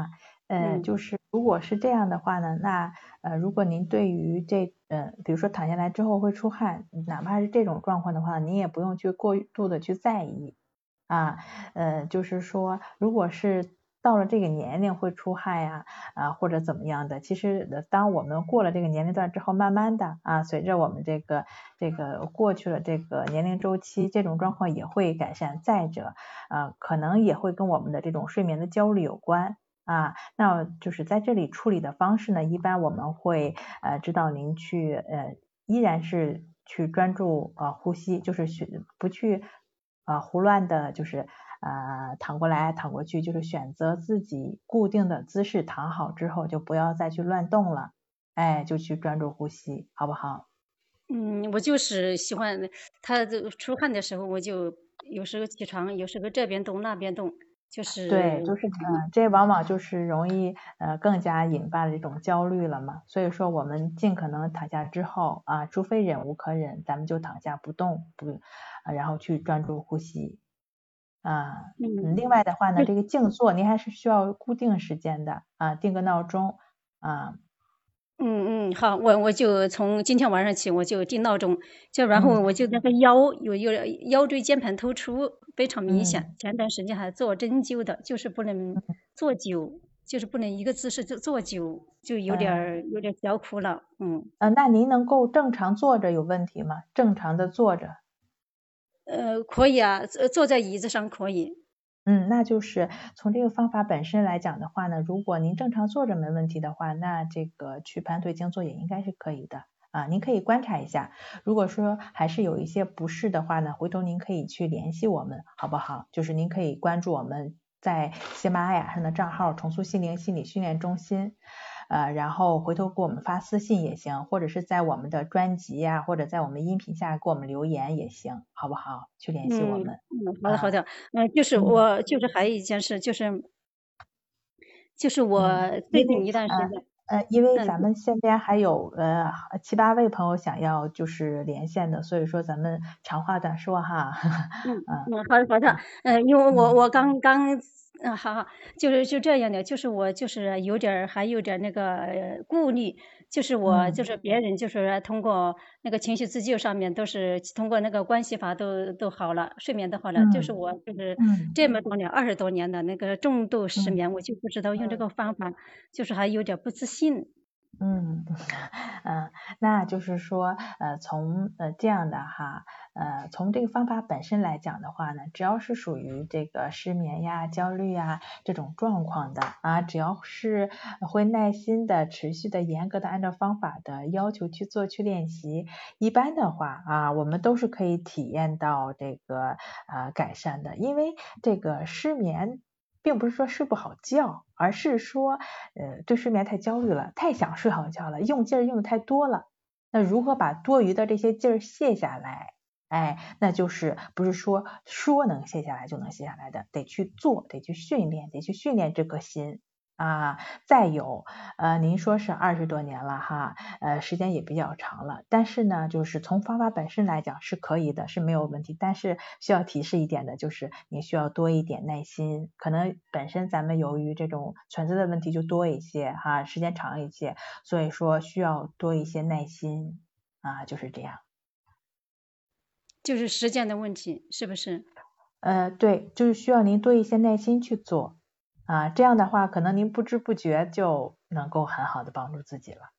呃，就是如果是这样的话呢，那呃，如果您对于这呃，比如说躺下来之后会出汗，哪怕是这种状况的话，您也不用去过度的去在意啊，呃，就是说，如果是到了这个年龄会出汗呀，啊或者怎么样的，其实当我们过了这个年龄段之后，慢慢的啊，随着我们这个这个过去了这个年龄周期，这种状况也会改善。再者，呃，可能也会跟我们的这种睡眠的焦虑有关。啊，那就是在这里处理的方式呢，一般我们会呃指导您去呃依然是去专注呃呼吸，就是去不去呃胡乱的，就是呃躺过来躺过去，就是选择自己固定的姿势躺好之后，就不要再去乱动了，哎，就去专注呼吸，好不好？ 嗯，我就是喜欢他出汗的时候，我就有时候起床，有时候这边动那边动。就对， 是就是嗯，这往往就是容易呃更加引发这种焦虑了嘛。所以说我们尽可能躺下之后啊，除非忍无可忍，咱们就躺下不动，不，然后去专注呼吸啊。嗯，另外的话呢，这个静坐您还是需要固定时间的啊，定个闹钟啊。 嗯嗯，好，我我就从今天晚上起我就定闹钟，就然后我就那个腰有有腰椎间盘突出非常明显，前段时间还做针灸的，就是不能坐久，就是不能一个姿势就坐久，就有点儿有点小苦了，嗯。 呃，那您能够正常坐着有问题吗？正常的坐着。 呃，可以啊，坐坐在椅子上可以。 嗯，那就是从这个方法本身来讲的话呢，如果您正常坐着没问题的话，那这个去盘腿静坐也应该是可以的啊。您可以观察一下，如果说还是有一些不适的话呢，回头您可以去联系我们，好不好？就是您可以关注我们在喜马拉雅上的账号重塑心灵心理训练中心。呃，然后回头给我们发私信也行，或者是在我们的专辑呀、啊，或者在我们音频下给我们留言也行，好不好？去联系我们。 嗯，好的好的，嗯、呃，就是我就是还有一件事，就是就是我最近一段时间。 呃，因为咱们现在还有呃七八位朋友想要就是连线的，所以说咱们长话短说哈。 嗯嗯，好的好的，嗯，因为我我刚刚嗯好好，就是就这样的，就是我就是有点儿还有点儿那个顾虑，就是我就是别人就是通过那个情绪自救上面都是通过那个关系法都都好了，睡眠都好了，就是我就是这么多年二十多年的那个重度失眠，我就不知道用这个方法，就是还有点不自信。 嗯嗯，那就是说呃从呃这样的哈，呃从这个方法本身来讲的话呢，只要是属于这个失眠呀、焦虑呀这种状况的啊，只要是会耐心的、持续的、严格的按照方法的要求去做去练习，一般的话啊，我们都是可以体验到这个呃改善的，因为这个失眠并不是说睡不好觉，而是说呃对睡眠太焦虑了，太想睡好觉了，用劲儿用的太多了。那如何把多余的这些劲儿卸下来？哎，那就是不是说说能卸下来就能卸下来的，得去做，得去训练，得去训练这颗心啊。再有呃您说是二十多年了哈，呃时间也比较长了，但是呢就是从方法本身来讲是可以的，是没有问题，但是需要提示一点的就是你需要多一点耐心，可能本身咱们由于这种存在的问题就多一些哈，时间长一些，所以说需要多一些耐心啊，就是这样。 就是时间的问题，是不是？ 呃，对，就是需要您多一些耐心去做啊，这样的话，可能您不知不觉就能够很好的帮助自己了。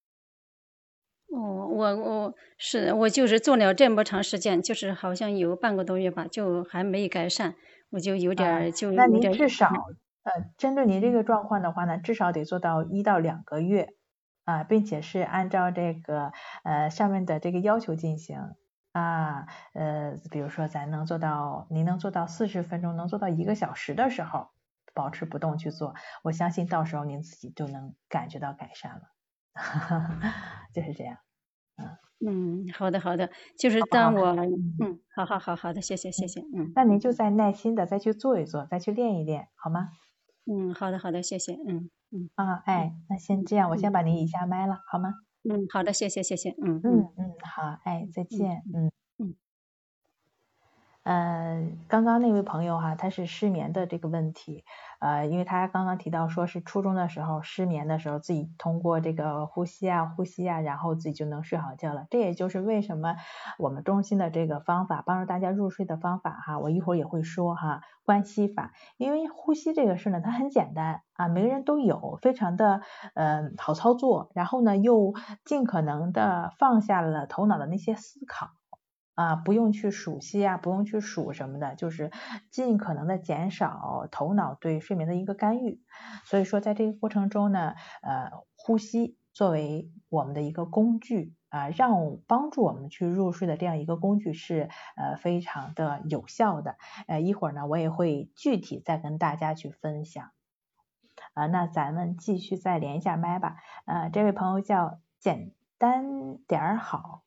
哦，我我是我就是做了这么长时间，就是好像有半个多月吧，就还没改善，我就有点儿就那您有点至少呃，针对您这个状况的话呢，至少得做到一到两个月啊，并且是按照这个呃上面的这个要求进行啊，呃，比如说咱能做到，您能做到四十分钟，能做到一个小时的时候，保持不动去做，我相信到时候您自己就能感觉到改善了。就是这样。 嗯，好的好的，就是当我嗯，好好好好的，谢谢谢谢，嗯。 那您就再耐心的再去做一做，再去练一练，好吗？ 嗯，好的好的，谢谢，嗯嗯。 啊，哎，那先这样，我先把您移下麦了，好吗？ 嗯，好的，谢谢谢谢，嗯嗯嗯，好，哎，再见，嗯。 嗯。 嗯，刚刚那位朋友哈，他是失眠的这个问题，呃，因为他刚刚提到说是初中的时候失眠的时候，自己通过这个呼吸啊呼吸啊，然后自己就能睡好觉了。这也就是为什么我们中心的这个方法，帮助大家入睡的方法哈，我一会儿也会说哈，关系法。因为呼吸这个事呢，它很简单啊，每个人都有，非常的呃好操作，然后呢又尽可能的放下了头脑的那些思考。啊，不用去数息啊，不用去数什么的，就是尽可能的减少头脑对睡眠的一个干预。所以说在这个过程中呢，呃，呼吸作为我们的一个工具啊、呃，让帮助我们去入睡的这样一个工具是呃非常的有效的。呃，一会儿呢我也会具体再跟大家去分享。啊、呃，那咱们继续再连一下麦吧。呃，这位朋友叫简单点好。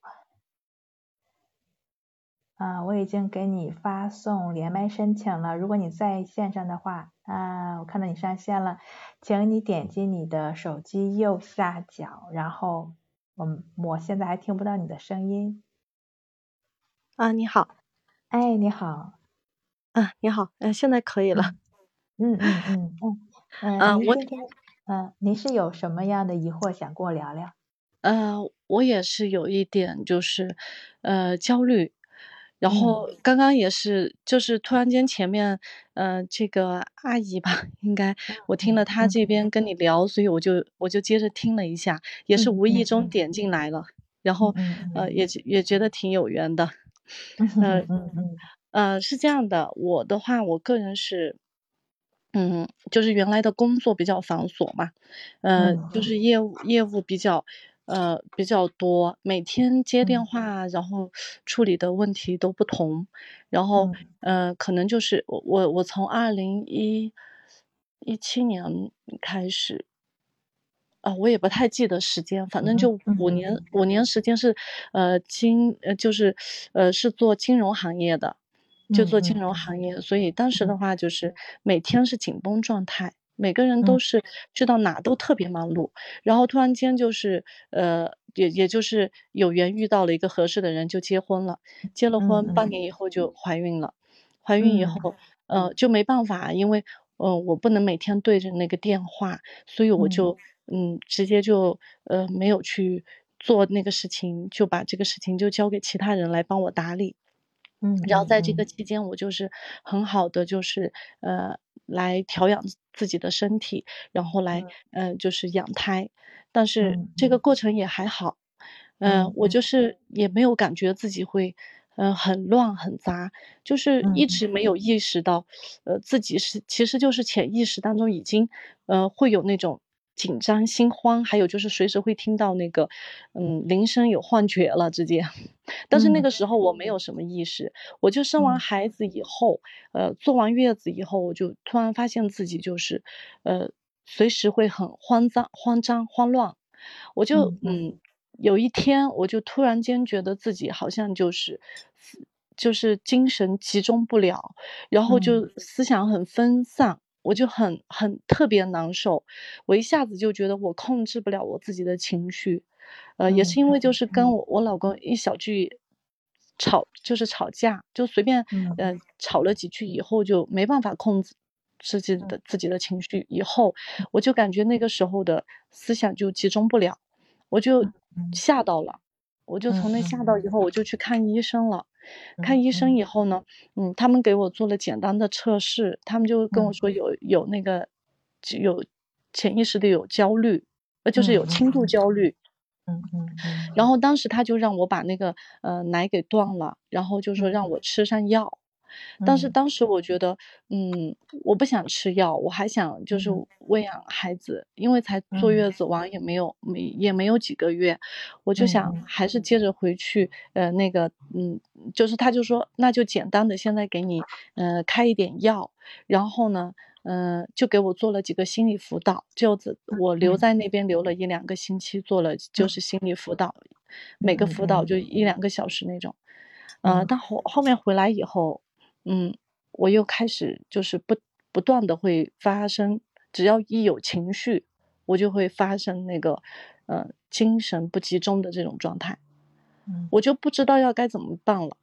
啊，我已经给你发送连麦申请了。如果你在线上的话，啊，我看到你上线了，请你点击你的手机右下角，然后我我现在还听不到你的声音。 啊，你好。 哎，你好。 啊，你好，呃，现在可以了。 嗯嗯嗯嗯嗯， 呃，我您今天嗯，您是有什么样的疑惑想跟我聊聊？ 呃，我也是有一点就是呃焦虑。然后嗯刚刚也是就是突然间前面呃这个阿姨吧，应该我听了她嗯这边跟你聊，所以我就我就接着听了一下，也是嗯无意嗯中点进来了，然后嗯嗯呃也也觉得挺有缘的。呃嗯嗯嗯呃是这样的，我的话我个人是嗯，就是原来的工作比较繁琐嘛，呃， 嗯就是业务业务比较呃比较多，每天接电嗯话，然后处理的问题都不同，然后嗯呃可能就是我我我从二零一一七年开始。啊，我也不太记得时间，反正就嗯五年五年时间是，呃，金呃，就是，呃，是做金融行业的，就做金嗯嗯融行业，所以当时的嗯话就是每天是紧绷状态，每个人都嗯是去到哪都特别忙碌，然后突然间就是，呃，也也就是有缘遇到了一个合适的人就结婚了，结了婚半嗯年以后就怀孕了，怀孕以嗯后，呃，就没办法，因为，呃，我不能每天对着那个电话，所以我嗯就嗯，直接就呃没有去做那个事情，就把这个事情就交给其他人来帮我打理。 嗯然后在这个嗯期间，我就是很好的就是呃来调养自己的身体，然后来呃就是养胎，但是嗯这个过程也还好。嗯、呃嗯我就是也没有感觉自己会嗯、呃很乱很杂，就是一嗯直没有意识到，呃自己是其实就是潜意识当中已经呃会有那种紧张心慌，还有就是随时会听到那个嗯铃声有幻觉了直接。但是那嗯个时候我没有什么意识，我就生完嗯孩子以后，呃，坐完月子以后，我就突然发现自己就是，呃，随时会很慌张、慌张、慌乱。我就嗯嗯，有一天我就突然间觉得自己好像就是就是精神集中不了，然后嗯就思想很分散，我就很很特别难受。我一下子就觉得我控制不了我自己的情绪，呃，也是因为就是跟我我老公一小句吵，就是吵架，就随便嗯呃吵了几句以后就没办法控制自己的自己的情绪，以后我就感觉那个时候的思想就集中不了，我就吓到了。我就从那吓到以后，我就去看医生了。看医生以后呢，嗯，他们给我做了简单的测试，他们就跟我说有有那个就有潜意识的有焦虑，呃，就是有轻度焦虑。 嗯嗯嗯然后当时他就让我把那个呃奶给断了，然后就说让我吃上药。但是当时我觉得，嗯，我不想吃药，我还想就是喂养孩子，因为才坐月子完也没有没也没有几个月，我就想还是接着回去，呃，那个，嗯，就是他就说那就简单的现在给你，呃，开一点药，然后呢，嗯、就给我做了几个心理辅导，就子我留在那边留了一两个星期，做了就是心理辅导，每个辅导就一两个小时那种，呃，但后后面回来以后。嗯，我又开始就是不不断的会发生，只要一有情绪，我就会发生那个呃精神不集中的这种状态，我就不知道要该怎么办了。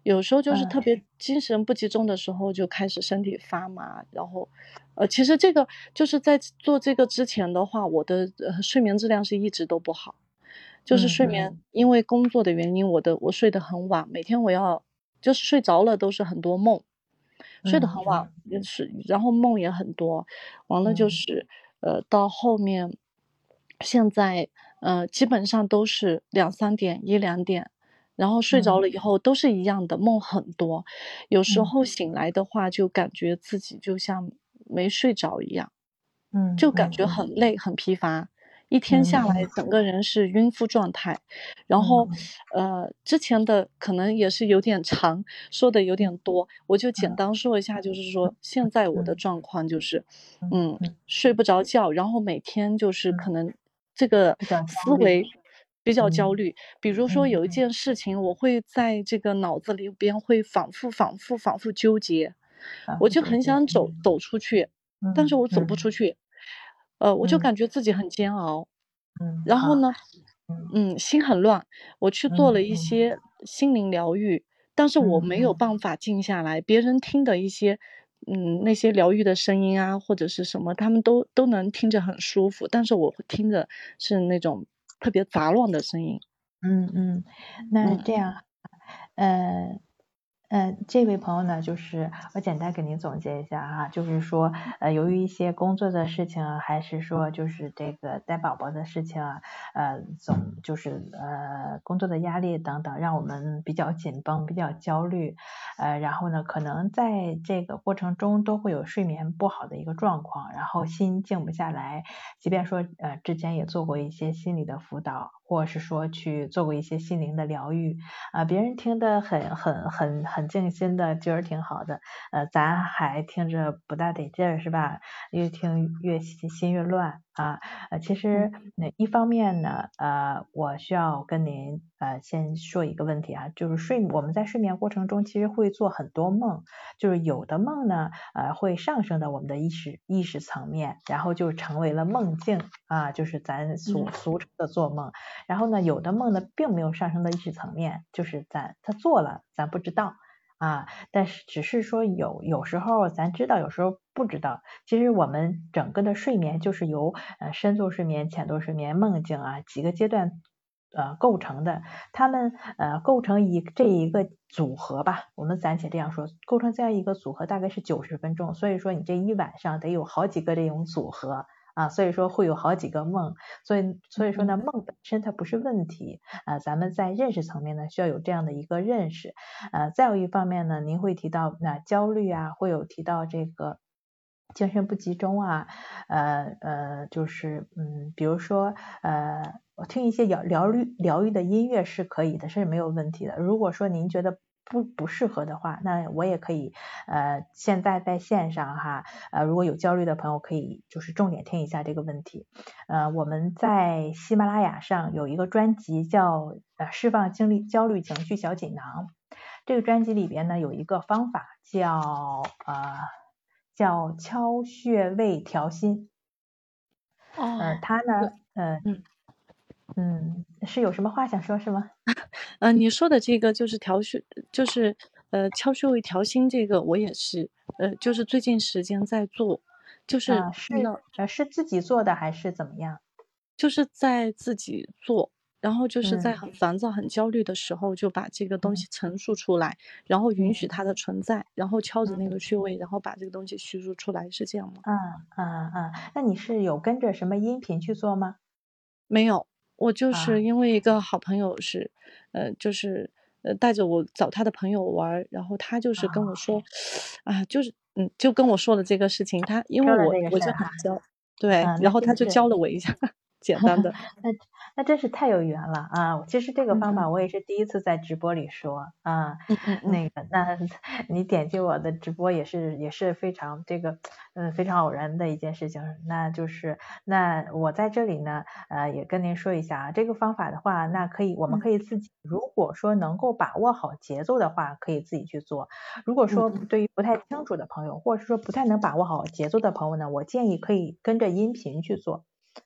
有时候就是特别精神不集中的时候就开始身体发麻，然后呃，其实这个就是在做这个之前的话，我的、呃、睡眠质量是一直都不好，就是睡眠、嗯、因为工作的原因，我的我睡得很晚，每天我要就是睡着了都是很多梦，睡得很晚，嗯、是然后梦也很多，完了就是、嗯、呃到后面现在呃基本上都是两三点一两点。然后睡着了以后都是一样的，嗯、梦很多，有时候醒来的话就感觉自己就像没睡着一样， 嗯， 就感觉很累、嗯、很疲乏，一天下来整个人是晕乎状态，嗯、然后呃之前的可能也是有点长，说的有点多，我就简单说一下，就是说现在我的状况就是嗯睡不着觉，然后每天就是可能这个思维比较焦虑，比如说有一件事情，我会在这个脑子里边会反复、反复、反复纠结，我就很想走走出去，但是我走不出去，呃，我就感觉自己很煎熬，然后呢，嗯，心很乱，我去做了一些心灵疗愈，但是我没有办法静下来，别人听的一些。嗯，那些疗愈的声音啊，或者是什么，他们都都能听着很舒服，但是我听着是那种特别杂乱的声音。 嗯嗯，那这样，嗯、呃，呃，这位朋友呢，就是我简单给您总结一下哈，就是说，呃，由于一些工作的事情啊，还是说就是这个带宝宝的事情啊，呃，总就是呃工作的压力等等，让我们比较紧绷，比较焦虑，呃，然后呢，可能在这个过程中都会有睡眠不好的一个状况，然后心静不下来，即便说呃之前也做过一些心理的辅导，或者是说去做过一些心灵的疗愈啊、呃，别人听得很很很很静心的，觉得挺好的，呃，咱还听着不大得劲儿是吧？越听越心心越乱啊。呃，其实那一方面呢，呃，我需要跟您呃先说一个问题啊，就是睡我们在睡眠过程中其实会做很多梦，就是有的梦呢，呃，会上升到我们的意识意识层面，然后就成为了梦境啊，就是咱俗俗称的做梦。然后呢，有的梦呢并没有上升到意识层面，就是咱他做了，咱不知道啊，但是只是说有有时候咱知道，有时候不知道。其实我们整个的睡眠就是由呃深度睡眠、浅度睡眠、梦境啊几个阶段呃构成的，它们呃构成一这一个组合吧，我们暂且这样说，构成这样一个组合大概是九十分钟，所以说你这一晚上得有好几个这种组合。啊，所以说会有好几个梦，所以所以说呢，梦本身它不是问题，呃，咱们在认识层面呢需要有这样的一个认识，呃，再有一方面呢，您会提到那、呃、焦虑啊，会有提到这个精神不集中啊，呃呃，就是嗯，比如说呃，我听一些疗疗愈疗愈的音乐是可以的，是没有问题的。如果说您觉得不不适合的话，那我也可以呃现在在线上哈，呃如果有焦虑的朋友可以就是重点听一下这个问题。呃我们在喜马拉雅上有一个专辑叫呃释放精力焦虑情绪小锦囊，这个专辑里边呢有一个方法叫呃叫敲穴位调心。 哦， 呃它呢呃嗯嗯是有什么话想说是吗？ 呃，你说的这个就是调穴，就是呃敲穴位调心，这个我也是，呃，就是最近时间在做，就是啊、是呃是自己做的还是怎么样？ 就是在自己做，然后就是在嗯很烦躁、很焦虑的时候，就把这个东西陈述出来，然后允许它的存在，然后敲着那个穴位，然后把这个东西叙述出来，是这样吗？ 嗯嗯嗯，那你是有跟着什么音频去做吗？ 没有，我就啊是因为一个好朋友是，呃，就是呃带着我找他的朋友玩儿，然后他就是跟我说，啊，就是嗯，就跟我说了这个事情，他因为说了我我就这个事儿哈， 很焦，对， 嗯，那然后他就真是教了我一下，简单的， 那那真是太有缘了啊！其实这个方嗯法我也是第一次在直播里说啊， 嗯嗯嗯， 那个那你点击我的直播也是也是非常这个嗯非常偶然的一件事情，那就是那我在这里呢呃也跟您说一下啊，这个方法的话，那可以我们可以自己如果说能够把握好节奏的话，可以自己去做。如果说对于不太清楚的朋友，或者是说不太能把握好节奏的朋友呢，我建议可以跟着音频去做。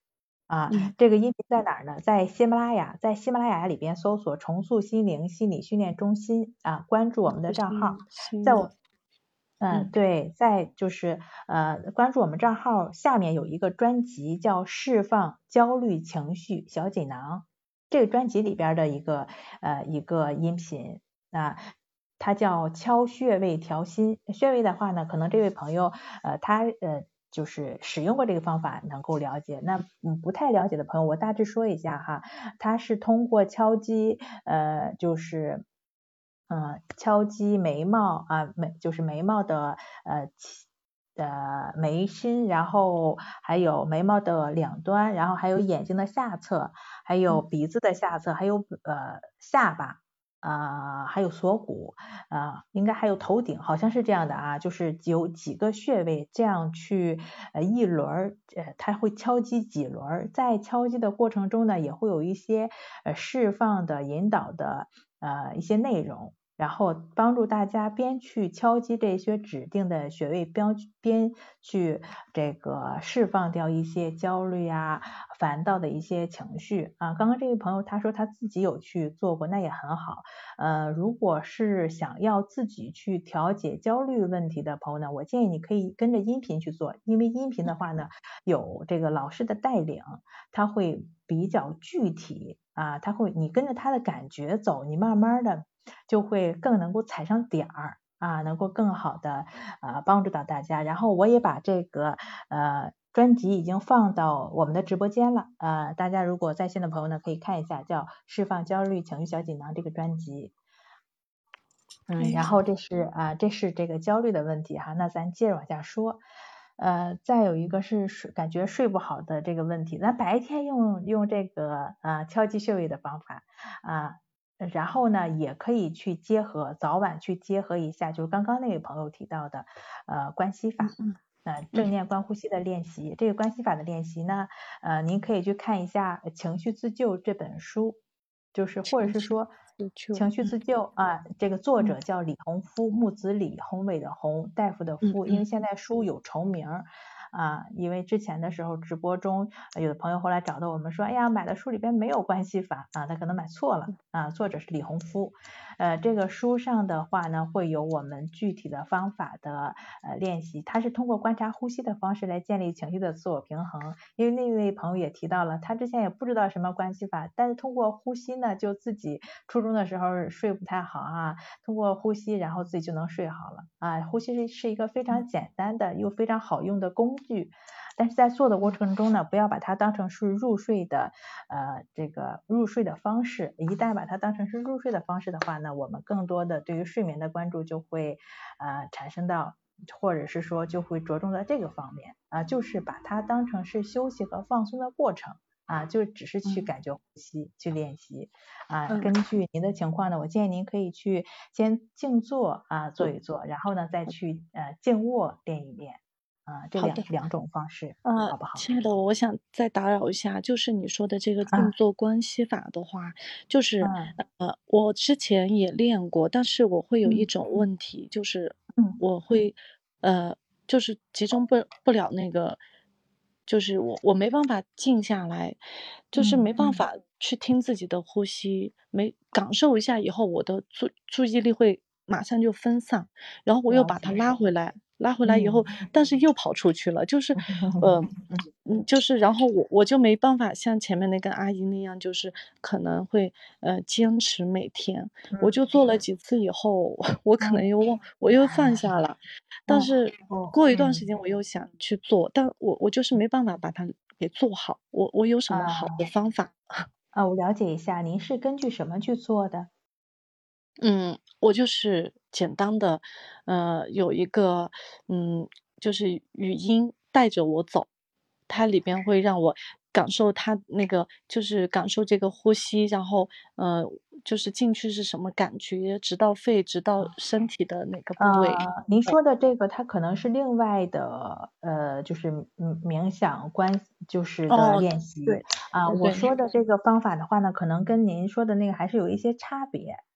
啊， 嗯这个音频在哪儿呢？在喜马拉雅，在喜马拉雅里边搜索重塑心灵心理训练中心啊，关注我们的账号，在我嗯，对，在就是呃，关注我们账号下面有一个专辑叫释放焦虑情绪小锦囊，这个专辑里边的一个呃一个音频啊，它叫敲穴位调心。穴位的话呢，可能这位朋友呃他呃就是使用过这个方法能够了解，那嗯不太了解的朋友我大致说一下哈，它是通过敲击呃就是嗯，敲击眉毛啊，眉就是眉毛的呃的眉心，然后还有眉毛的两端，然后还有眼睛的下侧，还有鼻子的下侧，还有呃下巴啊、呃，还有锁骨啊、呃，应该还有头顶，好像是这样的啊，就是有几个穴位这样去呃一轮呃，它会敲击几轮，在敲击的过程中呢，也会有一些呃释放的引导的呃一些内容。然后帮助大家边去敲击这些指定的穴位，边边去这个释放掉一些焦虑啊、烦躁的一些情绪啊。刚刚这位朋友他说他自己有去做过，那也很好。呃，如果是想要自己去调节焦虑问题的朋友呢，我建议你可以跟着音频去做，因为音频的话呢，有这个老师的带领，他会比较具体啊，他会你跟着他的感觉走，你慢慢的就会更能够踩上点儿啊，能够更好的呃帮助到大家。然后我也把这个呃专辑已经放到我们的直播间了，呃，大家如果在线的朋友呢，可以看一下叫《释放焦虑情绪小锦囊》这个专辑。嗯，然后这是啊、呃，这是这个焦虑的问题哈，那咱接着往下说。呃，再有一个是睡感觉睡不好的这个问题，那白天用用这个啊、呃、敲击穴位的方法啊。然后呢，也可以去结合早晚去结合一下，就是刚刚那位朋友提到的呃关系法，呃正念观呼吸的练习。这个关系法的练习呢，呃您可以去看一下《情绪自救》这本书，就是或者是说情绪自救啊，这个作者叫李洪夫，木子李，宏伟的宏，大夫的夫，因为现在书有重名啊，因为之前的时候直播中有的朋友后来找到我们说，哎呀，买的书里边没有关系法啊，他可能买错了啊，作者是李洪夫，呃，这个书上的话呢，会有我们具体的方法的呃练习，它是通过观察呼吸的方式来建立情绪的自我平衡。因为那位朋友也提到了，他之前也不知道什么关系法，但是通过呼吸呢，就自己初中的时候睡不太好啊，通过呼吸，然后自己就能睡好了啊。呼吸是是一个非常简单的又非常好用的工具。但是在做的过程中呢，不要把它当成是入睡的呃这个入睡的方式，一旦把它当成是入睡的方式的话呢，我们更多的对于睡眠的关注就会呃产生到，或者是说就会着重在这个方面啊，就是把它当成是休息和放松的过程啊，就只是去感觉呼吸、嗯、去练习啊。根据您的情况呢，我建议您可以去先静坐啊做一做，然后呢再去呃静卧练一练。啊，这两两种方式， 呃， 好不好？ 亲爱的，我想再打扰一下，就是你说的这个静坐关系法的话， 啊、 就是呃，我之前也练过，但是我会有一嗯种问题，就是嗯我会呃，就是集中不不了那个，就是我我没办法静下来，就是没办法去听自己的呼吸，没感受一下以后，我的注注意力会马上就分散，然后我又把它拉回来。拉回来以后， 嗯、 但是又跑出去了，就是，呃，嗯，就是，然后我我就没办法像前面那个阿姨那样，就是可能会呃坚持每天，我就做了几次以后，我可能又忘，我又放下了，但是过一段时间我又想去做，但我我就是没办法把它给做好，我我有什么好的方法？ 啊，我了解一下，您是根据什么去做的？ 嗯，我就是简单的，呃，有一个，嗯，就是语音带着我走，它里边会让我感受它那个，就是感受这个呼吸，然后，呃，就是进去是什么感觉，直到肺，直到身体的哪个部位。 呃，您说的这个，它可能是另外的，呃，就是嗯冥想观，就是的练习。 哦、对啊、呃，我说的这个方法的话呢，可能跟您说的那个还是有一些差别。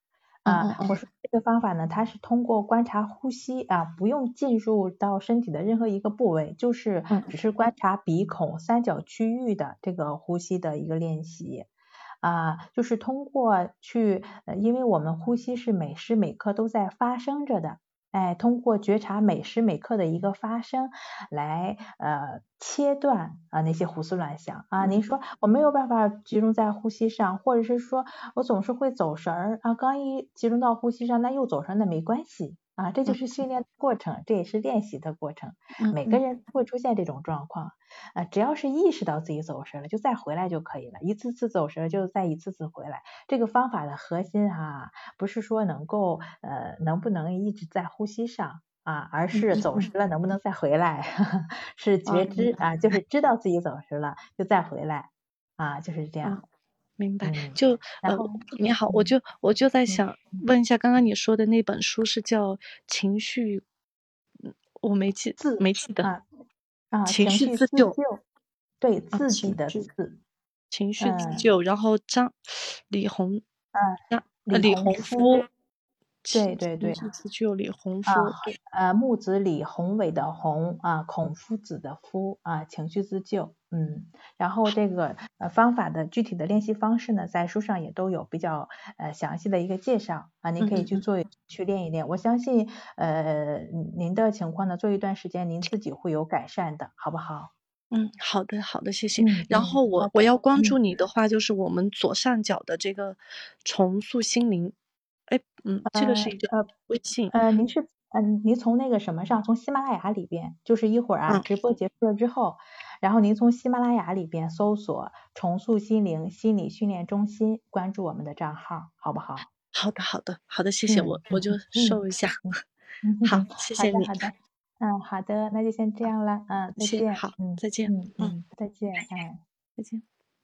啊，我说这个方法呢，它是通过观察呼吸啊，不用进入到身体的任何一个部位，就是只是观察鼻孔三角区域的这个呼吸的一个练习啊，就是通过去，呃，因为我们呼吸是每时每刻都在发生着的。哎，通过觉察每时每刻的一个发生，来呃切断啊那些胡思乱想啊。您说我没有办法集中在呼吸上，或者是说我总是会走神儿啊，刚一集中到呼吸上，那又走神，那没关系啊，这就是训练的过程，这也是练习的过程。每个人会出现这种状况啊，只要是意识到自己走神了，就再回来就可以了。一次次走神就再一次次回来。这个方法的核心哈、啊，不是说能够呃能不能一直在呼吸上啊，而是走神了能不能再回来，是觉知啊，就是知道自己走神了就再回来啊，就是这样。 明白。就呃，你好，我就我就在想问一下，刚刚你说的那本书是叫情绪，我没记自没记得啊啊， 情绪自救， 对自己的自， 情绪自救，然后张李红， 嗯， 李洪夫， 对对对， 情绪自救李洪夫， 啊，呃，木子李宏伟的宏啊，孔夫子的夫啊，情绪自救，嗯，然后这个呃方法的具体的练习方式呢，在书上也都有比较呃详细的一个介绍啊，您可以去做去练一练，我相信呃您的情况呢，做一段时间您自己会有改善的，好不好？ 嗯，好的好的，谢谢。 嗯、 然后我我要关注你的话，就是我们左上角的这个重塑心灵，哎，嗯，这个是一个微信。 呃，您是嗯，您从那个什么上，从喜马拉雅里边，就是一会儿啊，直播结束了之后，然后您从喜马拉雅里边搜索“重塑心灵心理训练中心”，关注我们的账号，好不好？ 好的，好的，好的，谢谢，我我就收一下。好，谢谢你。 好的，好的，嗯，好的，那就先这样了，嗯，再见。 好，再见。 嗯嗯，再见，哎， 再见。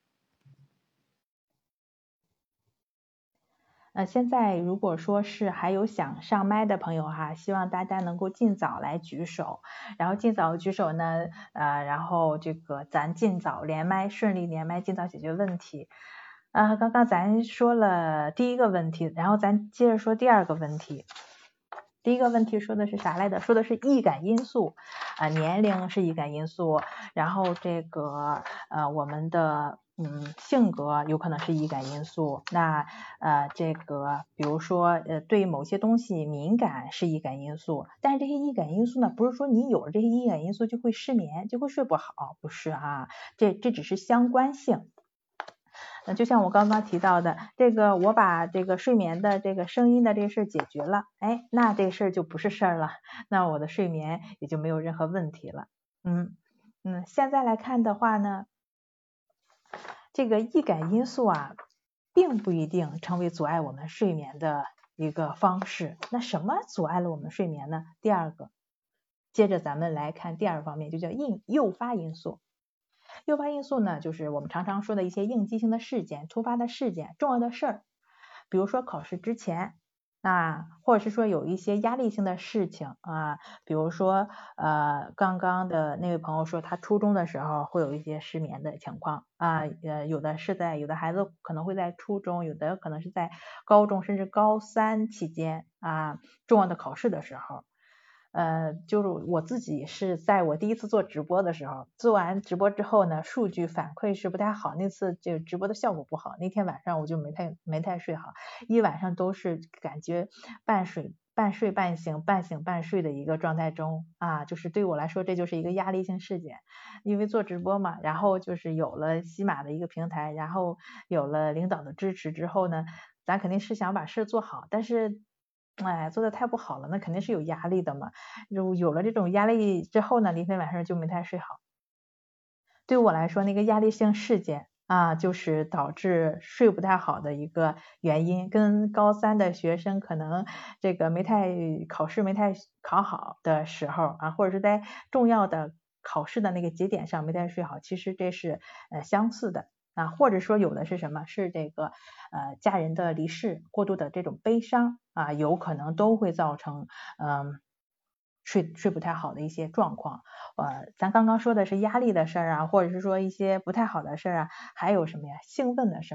呃，现在如果说是还有想上麦的朋友哈，希望大家能够尽早来举手，然后尽早举手呢，呃，然后这个咱尽早连麦，顺利连麦，尽早解决问题。啊、呃，刚刚咱说了第一个问题，然后咱接着说第二个问题。第一个问题说的是啥来着？说的是易感因素，啊、呃，年龄是易感因素，然后这个呃我们的。嗯，性格有可能是易感因素。那呃，这个比如说呃，对某些东西敏感是易感因素。但是这些易感因素呢，不是说你有了这些易感因素就会失眠，就会睡不好，不是啊。这这只是相关性。呃，就像我刚刚提到的，这个我把这个睡眠的这个声音的这个事儿解决了，哎，那这事儿就不是事儿了，那我的睡眠也就没有任何问题了。嗯嗯，现在来看的话呢。这个易感因素啊，并不一定成为阻碍我们睡眠的一个方式。那什么阻碍了我们睡眠呢？第二个，接着咱们来看第二方面，就叫应诱发因素。诱发因素呢，就是我们常常说的一些应激性的事件、突发的事件、重要的事儿，比如说考试之前。那或者是说有一些压力性的事情啊，比如说呃刚刚的那位朋友说他初中的时候会有一些失眠的情况啊，呃有的是在有的孩子可能会在初中，有的可能是在高中甚至高三期间啊重要的考试的时候。呃，就是我自己是在我第一次做直播的时候，做完直播之后呢，数据反馈是不太好，那次就直播的效果不好，那天晚上我就没太没太睡好，一晚上都是感觉半睡半睡半醒半醒半睡的一个状态中啊，就是对我来说这就是一个压力性事件，因为做直播嘛，然后就是有了喜马的一个平台，然后有了领导的支持之后呢，咱肯定是想把事做好，但是。哎，做的太不好了，那肯定是有压力的嘛。有有了这种压力之后呢，那天晚上就没太睡好。对我来说，那个压力性事件啊，就是导致睡不太好的一个原因，跟高三的学生可能这个没太考试没太考好的时候啊，或者是在重要的考试的那个节点上没太睡好，其实这是呃相似的。啊，或者说有的是什么？是这个呃家人的离世，过度的这种悲伤啊，有可能都会造成嗯、呃、睡睡不太好的一些状况。呃，咱刚刚说的是压力的事儿啊，或者是说一些不太好的事儿啊，还有什么呀？兴奋的事儿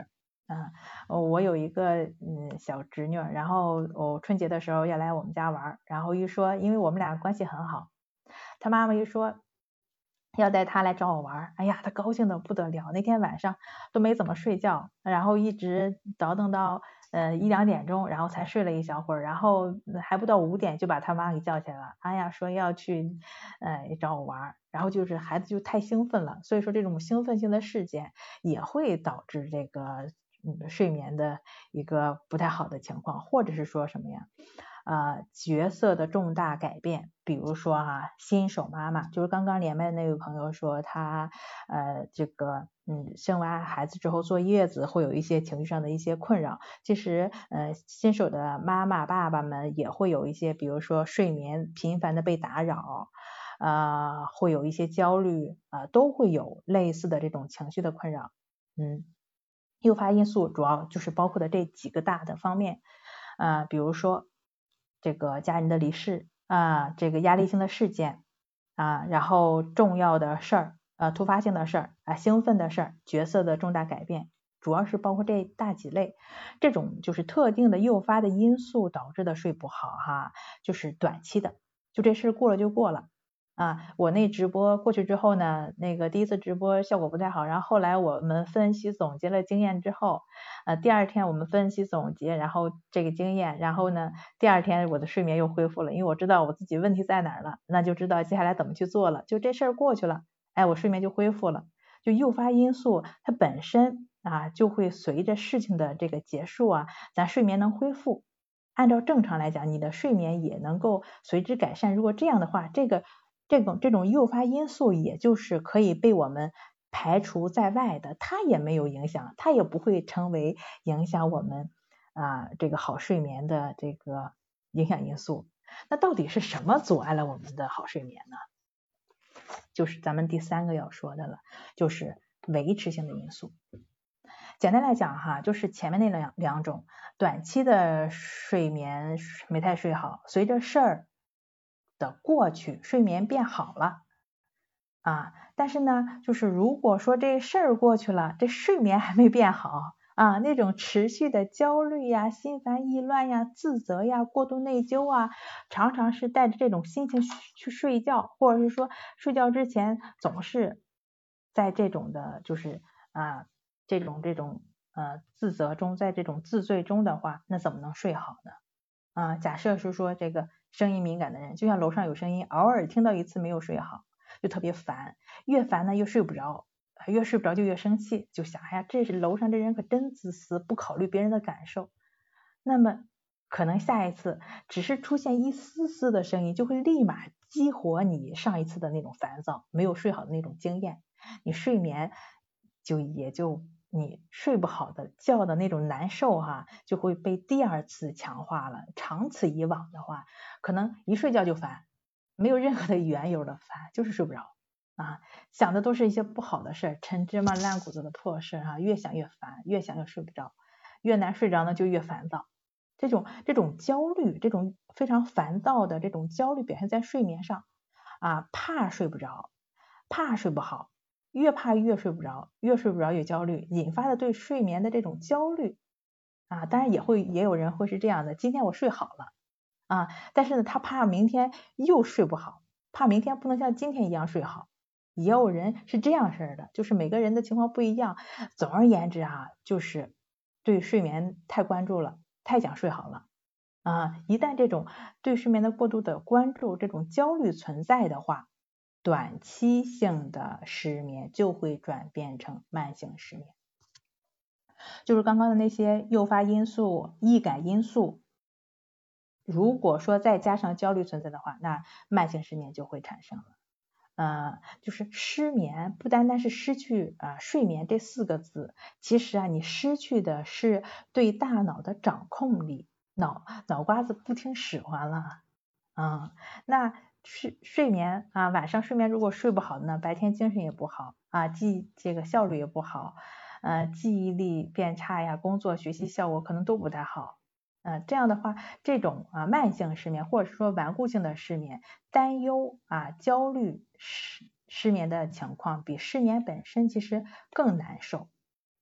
嗯，我有一个嗯小侄女，然后我春节的时候要来我们家玩，然后一说，因为我们俩关系很好，她妈妈一说要带她来找我玩，哎呀，她高兴的不得了，那天晚上都没怎么睡觉，然后一直倒腾到呃一两点钟，然后才睡了一小会儿，然后还不到五点就把她妈给叫起来了，哎呀，说要去呃找我玩，然后就是孩子就太兴奋了，所以说这种兴奋性的事件也会导致这个嗯睡眠的一个不太好的情况，或者是说什么呀？呃角色的重大改变，比如说哈、啊、新手妈妈，就是刚刚连麦那位朋友说她呃这个嗯生完孩子之后坐月子会有一些情绪上的一些困扰，其实呃新手的妈妈爸爸们也会有一些，比如说睡眠频繁的被打扰，呃会有一些焦虑啊、呃、都会有类似的这种情绪的困扰。嗯，诱发因素主要就是包括的这几个大的方面啊、呃，比如说这个家人的离世啊，这个压力性的事件啊，然后重要的事儿啊，突发性的事儿啊，兴奋的事儿，角色的重大改变，主要是包括这大几类，这种就是特定的诱发的因素导致的睡不好哈，就是短期的，就这事过了就过了。啊，我那直播过去之后呢，那个第一次直播效果不太好，然后后来我们分析总结了经验之后，呃，第二天我们分析总结，然后这个经验，然后呢，第二天我的睡眠又恢复了，因为我知道我自己问题在哪儿了，那就知道接下来怎么去做了，就这事儿过去了，哎，我睡眠就恢复了，就诱发因素它本身啊就会随着事情的这个结束啊，咱睡眠能恢复。按照正常来讲，你的睡眠也能够随之改善。如果这样的话，这个这种这种诱发因素也就是可以被我们排除在外的，它也没有影响，它也不会成为影响我们啊这个好睡眠的这个影响因素。那到底是什么阻碍了我们的好睡眠呢？就是咱们第三个要说的了，就是维持性的因素。简单来讲哈，就是前面那两两种短期的睡眠没太睡好，随着事儿的过去，睡眠变好了啊。但是呢，就是如果说这事儿过去了，这睡眠还没变好啊，那种持续的焦虑呀、心烦意乱呀、自责呀、过度内疚啊，常常是带着这种心情去睡觉，或者是说睡觉之前总是在这种的，就是啊。这种这种呃自责中，在这种自罪中的话，那怎么能睡好呢？啊，假设是说这个声音敏感的人，就像楼上有声音，偶尔听到一次没有睡好，就特别烦，越烦呢又睡不着，越睡不着就越生气，就想哎呀，这是楼上这人可真自私，不考虑别人的感受。那么可能下一次只是出现一丝丝的声音，就会立马激活你上一次的那种烦躁，没有睡好的那种经验，你睡眠就也就你睡不好的觉的那种难受哈、啊，就会被第二次强化了。长此以往的话，可能一睡觉就烦，没有任何的缘由的烦，就是睡不着啊，想的都是一些不好的事儿，陈芝麻烂谷子的破事啊，越想越烦，越想越睡不着，越难睡着呢就越烦躁。这种这种焦虑，这种非常烦躁的这种焦虑表现在睡眠上啊，怕睡不着，怕睡不好。越怕越睡不着，越睡不着越焦虑，引发的对睡眠的这种焦虑啊，当然也会也有人会是这样的，今天我睡好了啊，但是呢他怕明天又睡不好，怕明天不能像今天一样睡好，也有人是这样式的，就是每个人的情况不一样。总而言之啊，就是对睡眠太关注了，太想睡好了啊，一旦这种对睡眠的过度的关注，这种焦虑存在的话，短期性的失眠就会转变成慢性失眠，就是刚刚的那些诱发因素、易感因素，如果说再加上焦虑存在的话，那慢性失眠就会产生了。呃，就是失眠不单单是失去啊、呃、睡眠这四个字，其实啊你失去的是对大脑的掌控力，脑脑瓜子不听使唤了啊、嗯。那睡睡眠啊，晚上睡眠如果睡不好呢，白天精神也不好啊，记这个效率也不好，呃，记忆力变差呀，工作学习效果可能都不太好。呃，这样的话，这种啊慢性失眠或者说顽固性的失眠，担忧啊焦虑失失眠的情况，比失眠本身其实更难受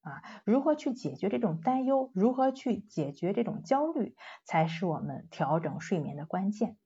啊，如何去解决这种担忧，如何去解决这种焦虑，才是我们调整睡眠的关键。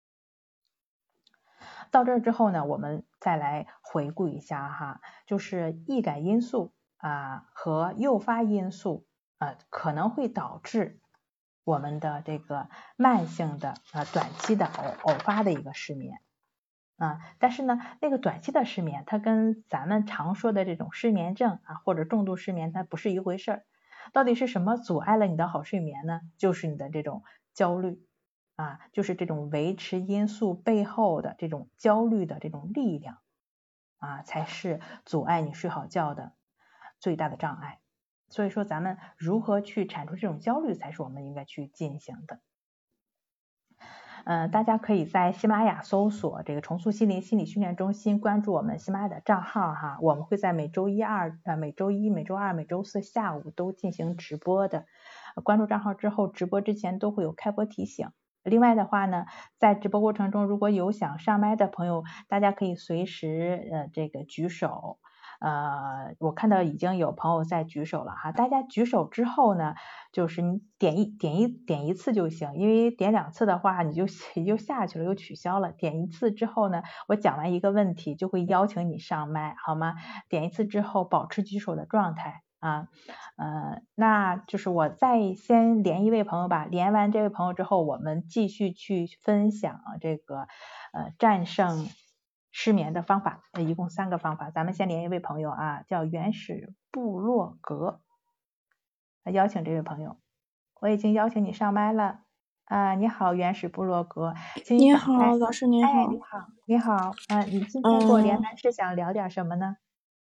到这儿之后呢，我们再来回顾一下哈，就是易感因素啊和诱发因素啊可能会导致我们的这个慢性的啊短期的偶偶发的一个失眠啊，但是呢，那个短期的失眠，它跟咱们常说的这种失眠症啊或者重度失眠，它不是一回事儿。到底是什么阻碍了你的好睡眠呢？就是你的这种焦虑。啊，就是这种维持因素背后的这种焦虑的这种力量啊，才是阻碍你睡好觉的最大的障碍。所以说咱们如何去铲除这种焦虑，才是我们应该去进行的。嗯，大家可以在喜马拉雅搜索这个重塑心灵心理训练中心，关注我们喜马拉雅的账号哈，我们会在每周一二呃每周一每周二每周四下午都进行直播的。关注账号之后，直播之前都会有开播提醒。另外的话呢，在直播过程中，如果有想上麦的朋友，大家可以随时呃这个举手。呃，我看到已经有朋友在举手了哈，大家举手之后呢，就是你点一点一点一次就行，因为点两次的话你就你就下去了，又取消了。点一次之后呢，我讲完一个问题就会邀请你上麦，好吗？点一次之后保持举手的状态。啊，呃，那就是我再先连一位朋友吧，连完这位朋友之后，我们继续去分享这个呃战胜失眠的方法，一共三个方法。咱们先连一位朋友啊，叫原始部落格，邀请这位朋友，我已经邀请你上麦了啊，你好，原始部落格，请你打开。 好，老师您好。 哎，你好，你好，啊，你今天给我连麦是想聊点什么呢？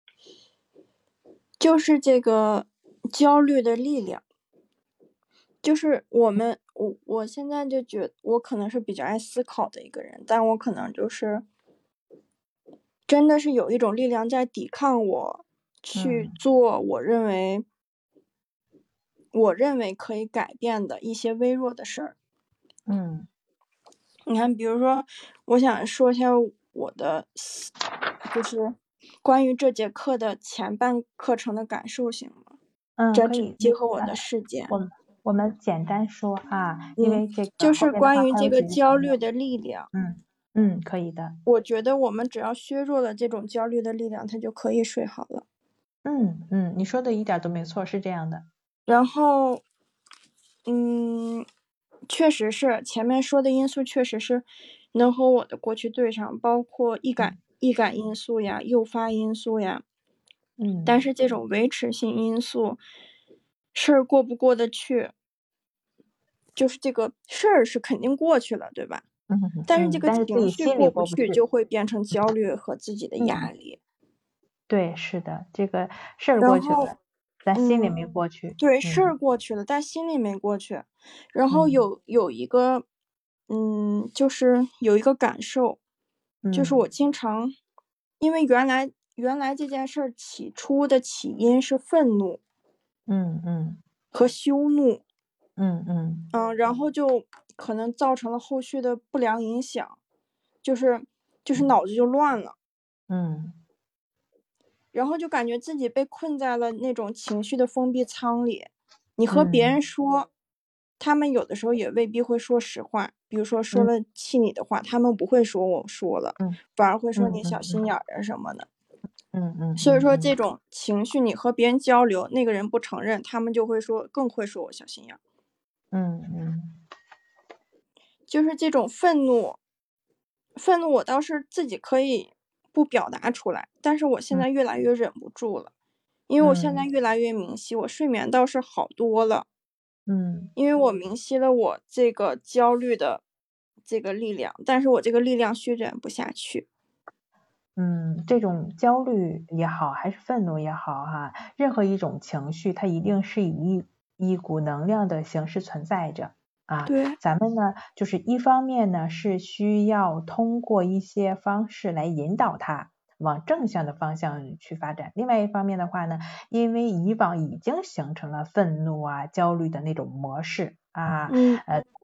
就是这个焦虑的力量，就是我们我我现在就觉得我可能是比较爱思考的一个人，但我可能就是真的是有一种力量在抵抗我去做我认为、嗯、我认为可以改变的一些微弱的事儿。 嗯， 你看，比如说我想说一下我的就是关于这节课的前半课程的感受，行吗？ 嗯，可以结合我的事件。 我们我们简单说啊，因为这个、 嗯、就是关于这个焦虑的力量。 嗯嗯，可以的。 我觉得我们只要削弱了这种焦虑的力量，它就可以睡好了。 嗯嗯，你说的一点都没错，是这样的。 然后，嗯，确实是前面说的因素，确实是能和我的过去对上，包括易感、嗯、易感因素呀、诱发因素呀。 嗯， 但是这种维持性因素，事儿过不过得去，就是这个事儿是肯定过去了，对吧？ 嗯， 但是这个情绪过不去，就会变成焦虑和自己的压力。 嗯、对，是的，这个事儿过去了，咱心里没过去。 嗯、对，事儿过去了，但心里没过去。然后有有一个，嗯，就是有一个感受， 嗯、 就是我经常，因为原来原来这件事儿起初的起因是愤怒， 嗯嗯， 和羞怒， 嗯嗯嗯，然后就可能造成了后续的不良影响，就是就是脑子就乱了， 嗯， 然后就感觉自己被困在了那种情绪的封闭舱里。你和别人说、嗯，他们有的时候也未必会说实话，比如说说了气你的话、嗯，他们不会说我说了， 嗯， 反而会说你小心眼儿什么的。 嗯嗯， 所以说这种情绪你和别人交流，那个人不承认，他们就会说更会说我小心眼儿。 嗯嗯， 就是这种愤怒，愤怒我倒是自己可以不表达出来，但是我现在越来越忍不住了，嗯、因为我现在越来越明晰，我睡眠倒是好多了。 嗯， 因为我明晰了我这个焦虑的这个力量，但是我这个力量削减不下去。 嗯，这种焦虑也好，还是愤怒也好哈，任何一种情绪，它一定是以一一股能量的形式存在着啊。 对， 咱们呢，就是一方面呢是需要通过一些方式来引导它往正向的方向去发展，另外一方面的话呢，因为以往已经形成了愤怒啊、焦虑的那种模式啊， 嗯、 呃，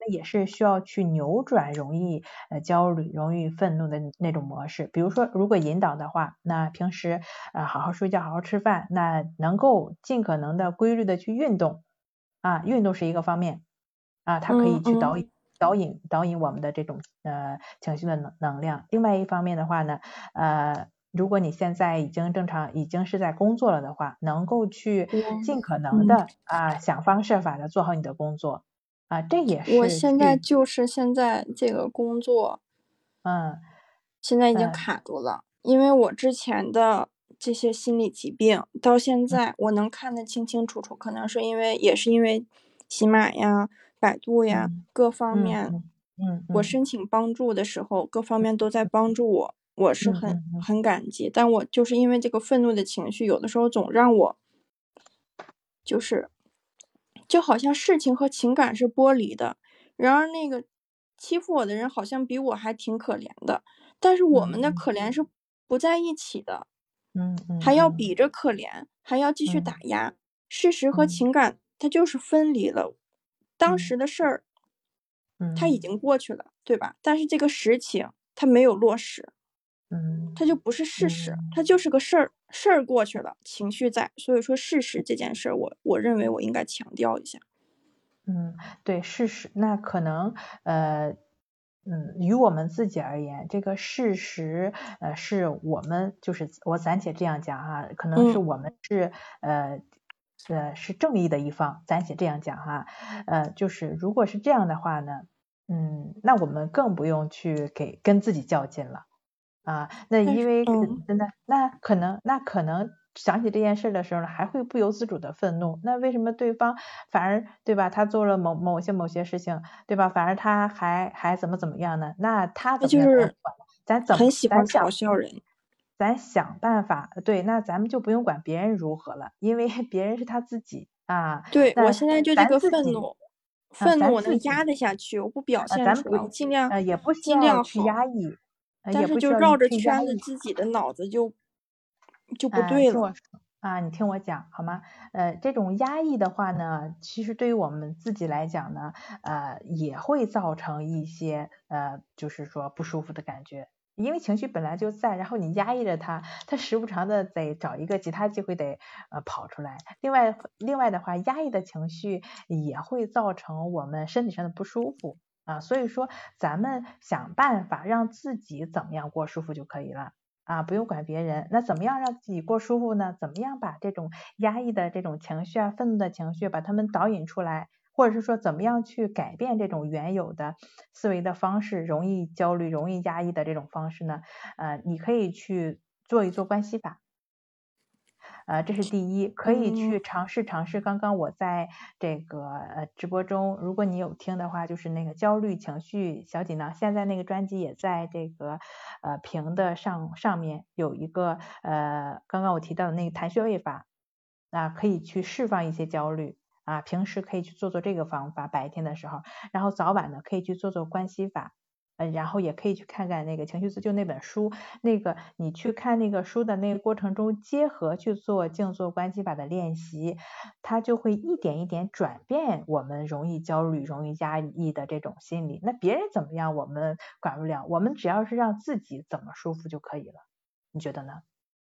也是需要去扭转容易呃焦虑、容易愤怒的那种模式。比如说，如果引导的话，那平时呃好好睡觉、好好吃饭，那能够尽可能的规律的去运动啊，运动是一个方面啊，它可以去导引、导引、导引我们的这种呃情绪的能能量。另外一方面的话呢，呃。如果你现在已经正常，已经是在工作了的话，能够去尽可能的、嗯、啊想方设法的做好你的工作啊，这也是我现在就是现在这个工作， 嗯， 现在已经卡住了，嗯、因为我之前的这些心理疾病到现在我能看得清清楚楚，可能是因为也是因为喜马呀、百度呀、 嗯、 各方面， 嗯嗯嗯、 我申请帮助的时候，各方面都在帮助我。我是很、 嗯嗯、 很感激，但我就是因为这个愤怒的情绪，有的时候总让我就是就好像事情和情感是剥离的，然而那个欺负我的人好像比我还挺可怜的，但是我们的可怜是不在一起的， 嗯嗯， 还要比着可怜，还要继续打压， 嗯、 事实和情感它就是分离了，当时的事儿， 嗯， 它已经过去了，对吧？但是这个实情它没有落实。 嗯， 它就不是事实，它就是个事儿，事儿过去了，情绪在，所以说事实这件事儿，我我认为我应该强调一下。 嗯，对，事实，那可能呃，嗯，于我们自己而言，这个事实呃是我们就是我暂且这样讲哈，可能是我们是、嗯、呃呃是正义的一方，暂且这样讲哈，呃，就是如果是这样的话呢，嗯，那我们更不用去给跟自己较劲了。啊，那因为真的、嗯，那可能，那可能想起这件事的时候呢，还会不由自主的愤怒。那为什么对方反而对吧？他做了某某些某些事情，对吧？反而他还还怎么怎么样呢？那他怎么样？ 就是咱怎么？ 很喜欢嘲笑人。 咱想办法，对，那咱们就不用管别人如何了，因为别人是他自己啊。 对，我现在就这个愤怒，愤怒我能压得下去，我不表现出来，我尽量， 呃，也不需尽量去压抑。 但是就绕着圈子，自己的脑子就就不对了。 呃、听我说啊，你听我讲好吗？呃，这种压抑的话呢，其实对于我们自己来讲呢，呃，也会造成一些呃，就是说不舒服的感觉。因为情绪本来就在，然后你压抑着它，它时不常的得找一个其他机会得呃跑出来。另外，另外的话，压抑的情绪也会造成我们身体上的不舒服啊。所以说，咱们想办法让自己怎么样过舒服就可以了啊，不用管别人。那怎么样让自己过舒服呢？怎么样把这种压抑的这种情绪啊、愤怒的情绪，把它们导引出来？或者是说怎么样去改变这种原有的思维的方式，容易焦虑、容易压抑的这种方式呢？呃，你可以去做一做关系法，呃，这是第一，可以去尝试尝试。刚刚我在这个呃直播中，如果你有听的话，就是那个焦虑情绪小锦囊，现在那个专辑也在这个呃屏的上上面有一个呃刚刚我提到的那个弹穴位法啊，可以去释放一些焦虑。啊，平时可以去做做这个方法，白天的时候，然后早晚呢可以去做做关系法，呃，然后也可以去看看那个情绪自救那本书，那个你去看那个书的那个过程中，结合去做静坐关系法的练习，它就会一点一点转变我们容易焦虑、容易压抑的这种心理。那别人怎么样我们管不了，我们只要是让自己怎么舒服就可以了，你觉得呢？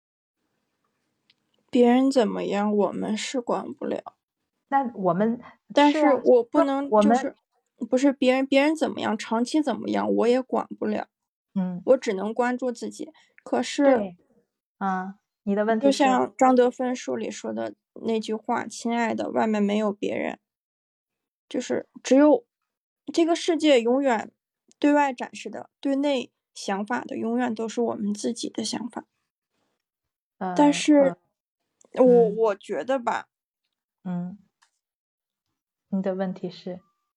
别人怎么样我们是管不了。 那我们， 但是我不能就是，不是别人别人怎么样，长期怎么样，我也管不了。 嗯， 我只能关注自己。可是， 对，啊，你的问题是，就像张德芬书里说的那句话：“亲爱的，外面没有别人，就是只有这个世界永远对外展示的，对内想法的永远都是我们自己的想法。 呃” 但是， 呃、 我嗯、 我觉得吧， 嗯。你的问题是，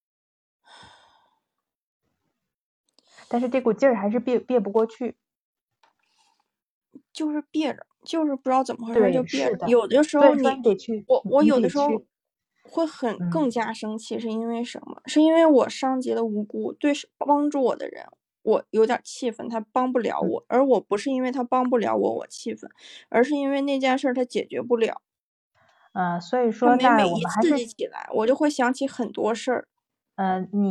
但是这股劲儿还是憋憋不过去， 就是憋着，就是不知道怎么回事就憋着。 的有的时候你， 你得去， 我我有的时候会很嗯、 更加生气，是因为什么？是因为我伤及了无辜，对帮助我的人，我有点气愤，他帮不了我，而我不是因为他帮不了我，我气愤，而是因为那件事他解决不了。 呃，所以说， 每每一刺激起来，我就会想起很多事儿。 呃，你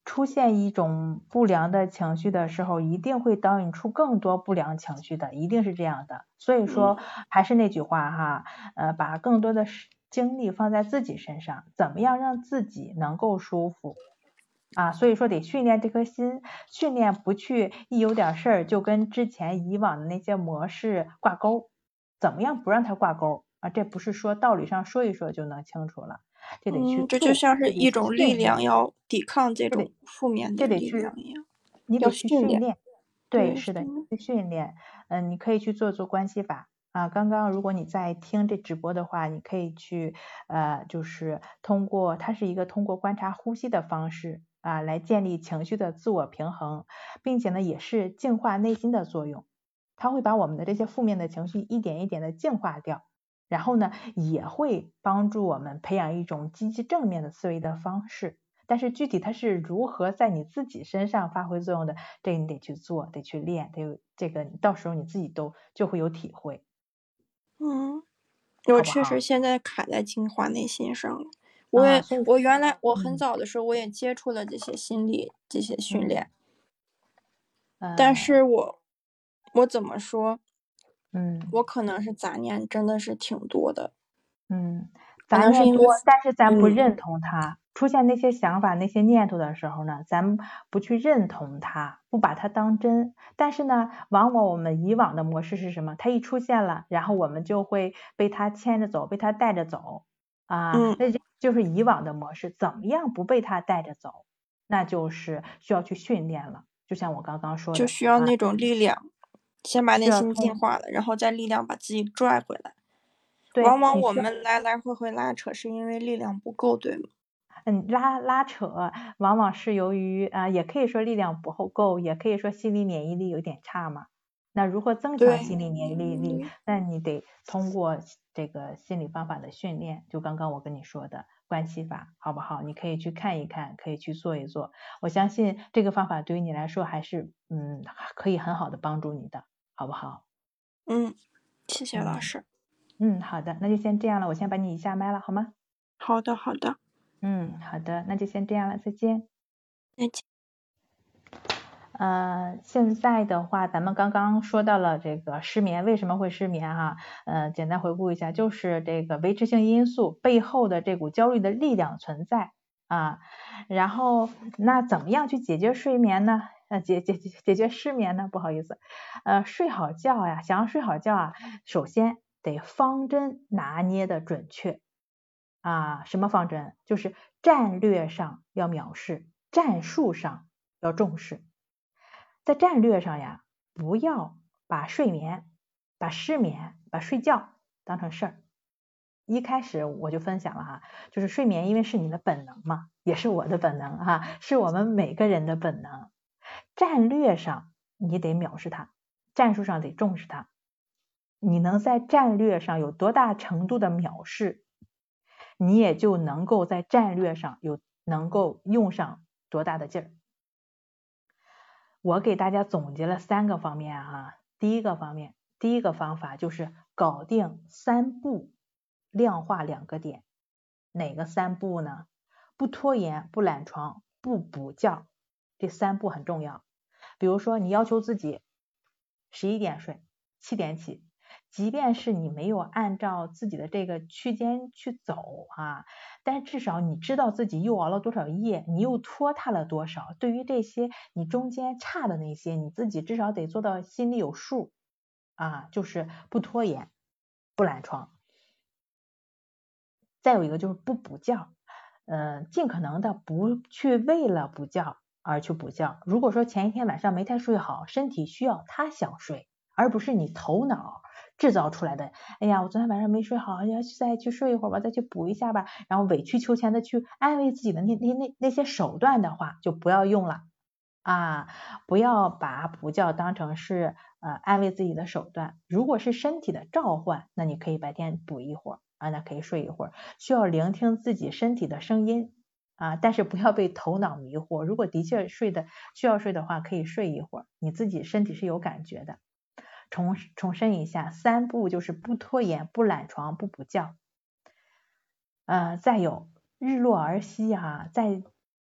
出现一种不良的情绪的时候，一定会导引出更多不良情绪的，一定是这样的。所以说还是那句话哈，呃，把更多的精力放在自己身上，怎么样让自己能够舒服啊？所以说得训练这颗心，训练不去一有点事儿就跟之前以往的那些模式挂钩，怎么样不让它挂钩啊？这不是说道理上说一说就能清楚了。这得去做， 嗯，这就像是一种力量，要抵抗这种负面的力量一样。 你得去训练，对， 对， 是的，去训练。嗯，你可以去做做关系法啊。刚刚如果你在听这直播的话，你可以去呃，就是通过它是一个通过观察呼吸的方式啊，来建立情绪的自我平衡，并且呢，也是净化内心的作用。它会把我们的这些负面的情绪一点一点的净化掉。然后呢，也会帮助我们培养一种积极正面的思维的方式。但是具体它是如何在你自己身上发挥作用的，这个你得去做，得去练，得有这个，到时候你自己都就会有体会。 嗯，我确实现在卡在净化内心上了。我也、啊、我原来我很早的时候我也接触了这些心理、嗯、这些训练，嗯、但是我我怎么说？ 嗯， 我可能是杂念真的是挺多的。 嗯，杂念多，但是咱不认同它。嗯、出现那些想法、那些念头的时候呢，咱不去认同它，不把它当真。但是呢，往往我们以往的模式是什么？它一出现了，然后我们就会被它牵着走，被它带着走啊。 嗯、 那就是以往的模式。怎么样不被它带着走？那就是需要去训练了。就像我刚刚说的， 就需要那种力量。啊，先把内心净化了，然后再力量把自己拽回来。往往我们来来回回拉扯，是因为力量不够，对吗？ 嗯，拉拉扯往往是由于啊、呃，也可以说力量不够，也可以说心理免疫力有点差嘛。那如何增强心理免疫力？那你得通过这个心理方法的训练，就刚刚我跟你说的关系法，好不好？你可以去看一看，可以去做一做。我相信这个方法对于你来说还是嗯可以很好的帮助你的，好不好？ 嗯，谢谢老师。 嗯，好的，那就先这样了，我先把你移下麦了，好吗？ 好的，好的。 嗯，好的，那就先这样了，再见。 再见。 呃，现在的话，咱们刚刚说到了这个失眠，为什么会失眠哈？呃，简单回顾一下，就是这个维持性因素背后的这股焦虑的力量存在啊。然后，那怎么样去解决睡眠呢？呃，解解解决失眠呢？不好意思，呃，睡好觉呀，想要睡好觉啊，首先得方针拿捏的准确啊。什么方针？就是战略上要藐视，战术上要重视。在战略上呀，不要把睡眠、把失眠、把睡觉当成事儿。一开始我就分享了哈，就是睡眠因为是你的本能嘛，也是我的本能哈，是我们每个人的本能。战略上你得藐视它，战术上得重视它。你能在战略上有多大程度的藐视，你也就能够在战略上有能够用上多大的劲儿。我给大家总结了三个方面哈，第一个方面，第一个方法就是搞定三步，量化两个点。哪个三步呢？不拖延，不懒床，不补觉，这三步很重要。比如说你要求自己十一点睡，七点起，即便是你没有按照自己的这个区间去走啊，但至少你知道自己又熬了多少夜，你又拖沓了多少。对于这些你中间差的那些，你自己至少得做到心里有数啊，就是不拖延，不懒床。再有一个就是不补觉，呃，尽可能的不去为了补觉而去补觉。如果说前一天晚上没太睡好，身体需要，他想睡，而不是你头脑制造出来的。哎呀，我昨天晚上没睡好，要再去睡一会儿吧，再去补一下吧，然后委曲求全的去安慰自己的那那那那些手段的话，就不要用了啊！不要把补觉当成是呃安慰自己的手段。如果是身体的召唤，那你可以白天补一会儿啊，那可以睡一会儿。需要聆听自己身体的声音啊，但是不要被头脑迷惑。如果的确睡的需要睡的话，可以睡一会儿，你自己身体是有感觉的。重重申一下，三步就是不拖延、不懒床、不补觉。呃，再有日落而息哈、啊，在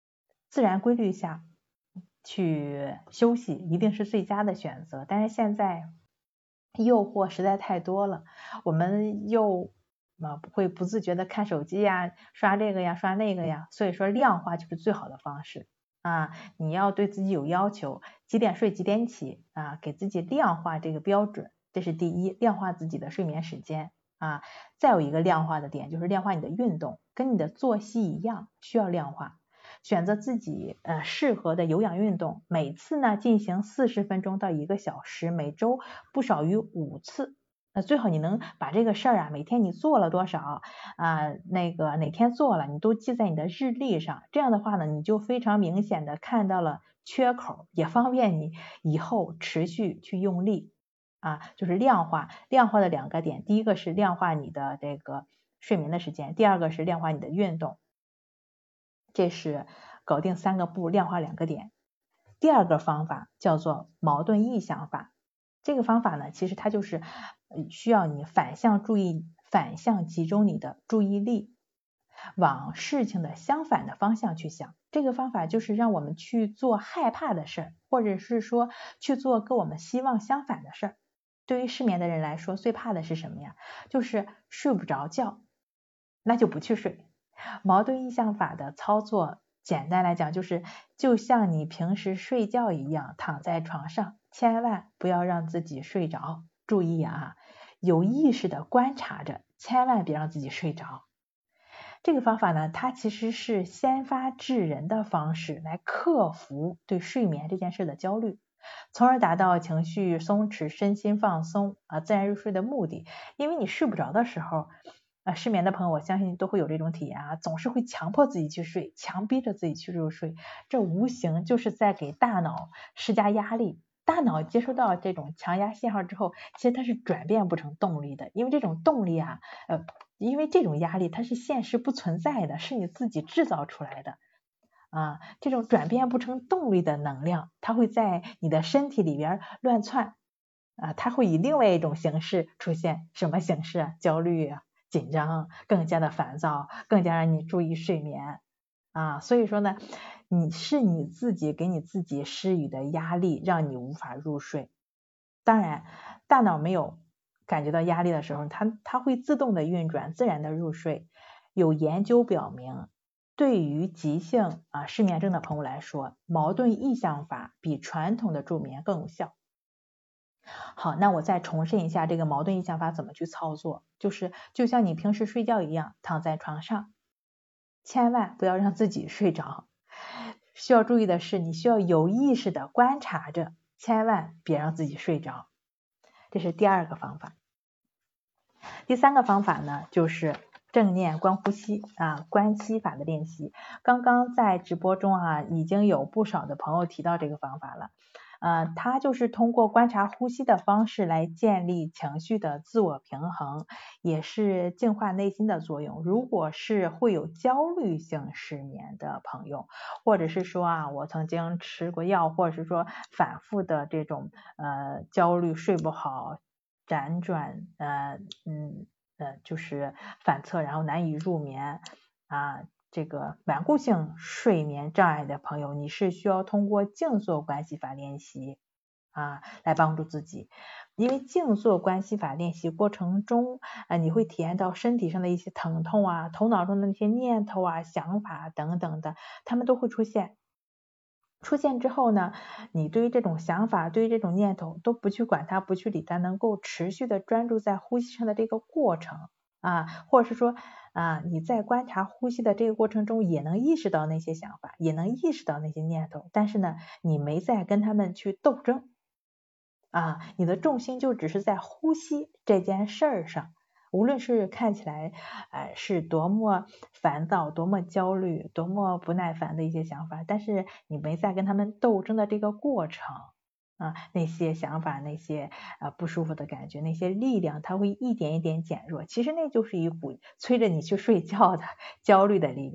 自然规律下去休息一定是最佳的选择。但是现在诱惑实在太多了，我们又啊会不自觉的看手机呀，刷这个呀，刷那个呀，所以说量化就是最好的方式啊。你要对自己有要求，几点睡几点起啊，给自己量化这个标准，这是第一，量化自己的睡眠时间啊。再有一个量化的点就是量化你的运动，跟你的作息一样需要量化。选择自己呃适合的有氧运动，每次呢进行四十分钟到一个小时，每周不少于五次。那最好你能把这个事儿啊，每天你做了多少啊，那个哪天做了，你都记在你的日历上。这样的话呢，你就非常明显的看到了缺口，也方便你以后持续去用力啊。就是量化，量化的两个点，第一个是量化你的这个睡眠的时间，第二个是量化你的运动。这是搞定三个步，量化两个点。第二个方法叫做矛盾意向法。这个方法呢，其实它就是需要你反向注意，反向集中你的注意力，往事情的相反的方向去想。这个方法就是让我们去做害怕的事，或者是说去做跟我们希望相反的事。对于失眠的人来说，最怕的是什么呀？就是睡不着觉，那就不去睡。矛盾意向法的操作，简单来讲就是就像你平时睡觉一样，躺在床上，千万不要让自己睡着。注意啊，有意识的观察着，千万别让自己睡着。这个方法呢，它其实是先发制人的方式，来克服对睡眠这件事的焦虑，从而达到情绪松弛、身心放松啊，自然入睡的目的。因为你睡不着的时候，啊，失眠的朋友我相信都会有这种体验啊，总是会强迫自己去睡，强逼着自己去入睡，这无形就是在给大脑施加压力。大脑接收到这种强压信号之后，其实它是转变不成动力的，因为这种动力啊，呃，因为这种压力它是现实不存在的，是你自己制造出来的啊。这种转变不成动力的能量，它会在你的身体里边乱窜啊，它会以另外一种形式出现。什么形式啊？焦虑啊，紧张，更加的烦躁，更加让你注意睡眠啊。所以说呢，你是你自己给你自己施予的压力，让你无法入睡。当然，大脑没有感觉到压力的时候，它它会自动的运转，自然的入睡。有研究表明，对于急性啊失眠症的朋友来说，矛盾意向法比传统的助眠更有效。好，那我再重申一下这个矛盾意向法怎么去操作，就是就像你平时睡觉一样，躺在床上，千万不要让自己睡着。需要注意的是，你需要有意识的观察着，千万别让自己睡着。这是第二个方法。第三个方法呢，就是正念观呼吸啊，观息法的练习。刚刚在直播中啊，已经有不少的朋友提到这个方法了。呃，它就是通过观察呼吸的方式来建立情绪的自我平衡，也是净化内心的作用。如果是会有焦虑性失眠的朋友，或者是说啊，我曾经吃过药，或者是说反复的这种呃焦虑睡不好，辗转呃嗯呃就是反侧，然后难以入眠啊。这个顽固性睡眠障碍的朋友，你是需要通过静坐观息法练习啊，来帮助自己。因为静坐观息法练习过程中啊，你会体验到身体上的一些疼痛啊，头脑中的那些念头啊、想法等等的，它们都会出现。出现之后呢，你对于这种想法，对于这种念头都不去管它，不去理它，能够持续的专注在呼吸上的这个过程啊，或者是说啊，你在观察呼吸的这个过程中，也能意识到那些想法，也能意识到那些念头，但是呢，你没在跟他们去斗争啊，你的重心就只是在呼吸这件事儿上。无论是看起来呃是多么烦躁，多么焦虑，多么不耐烦的一些想法，但是你没在跟他们斗争的这个过程啊，那些想法，那些呃不舒服的感觉，那些力量，它会一点一点减弱。其实那就是一股催着你去睡觉的焦虑的力量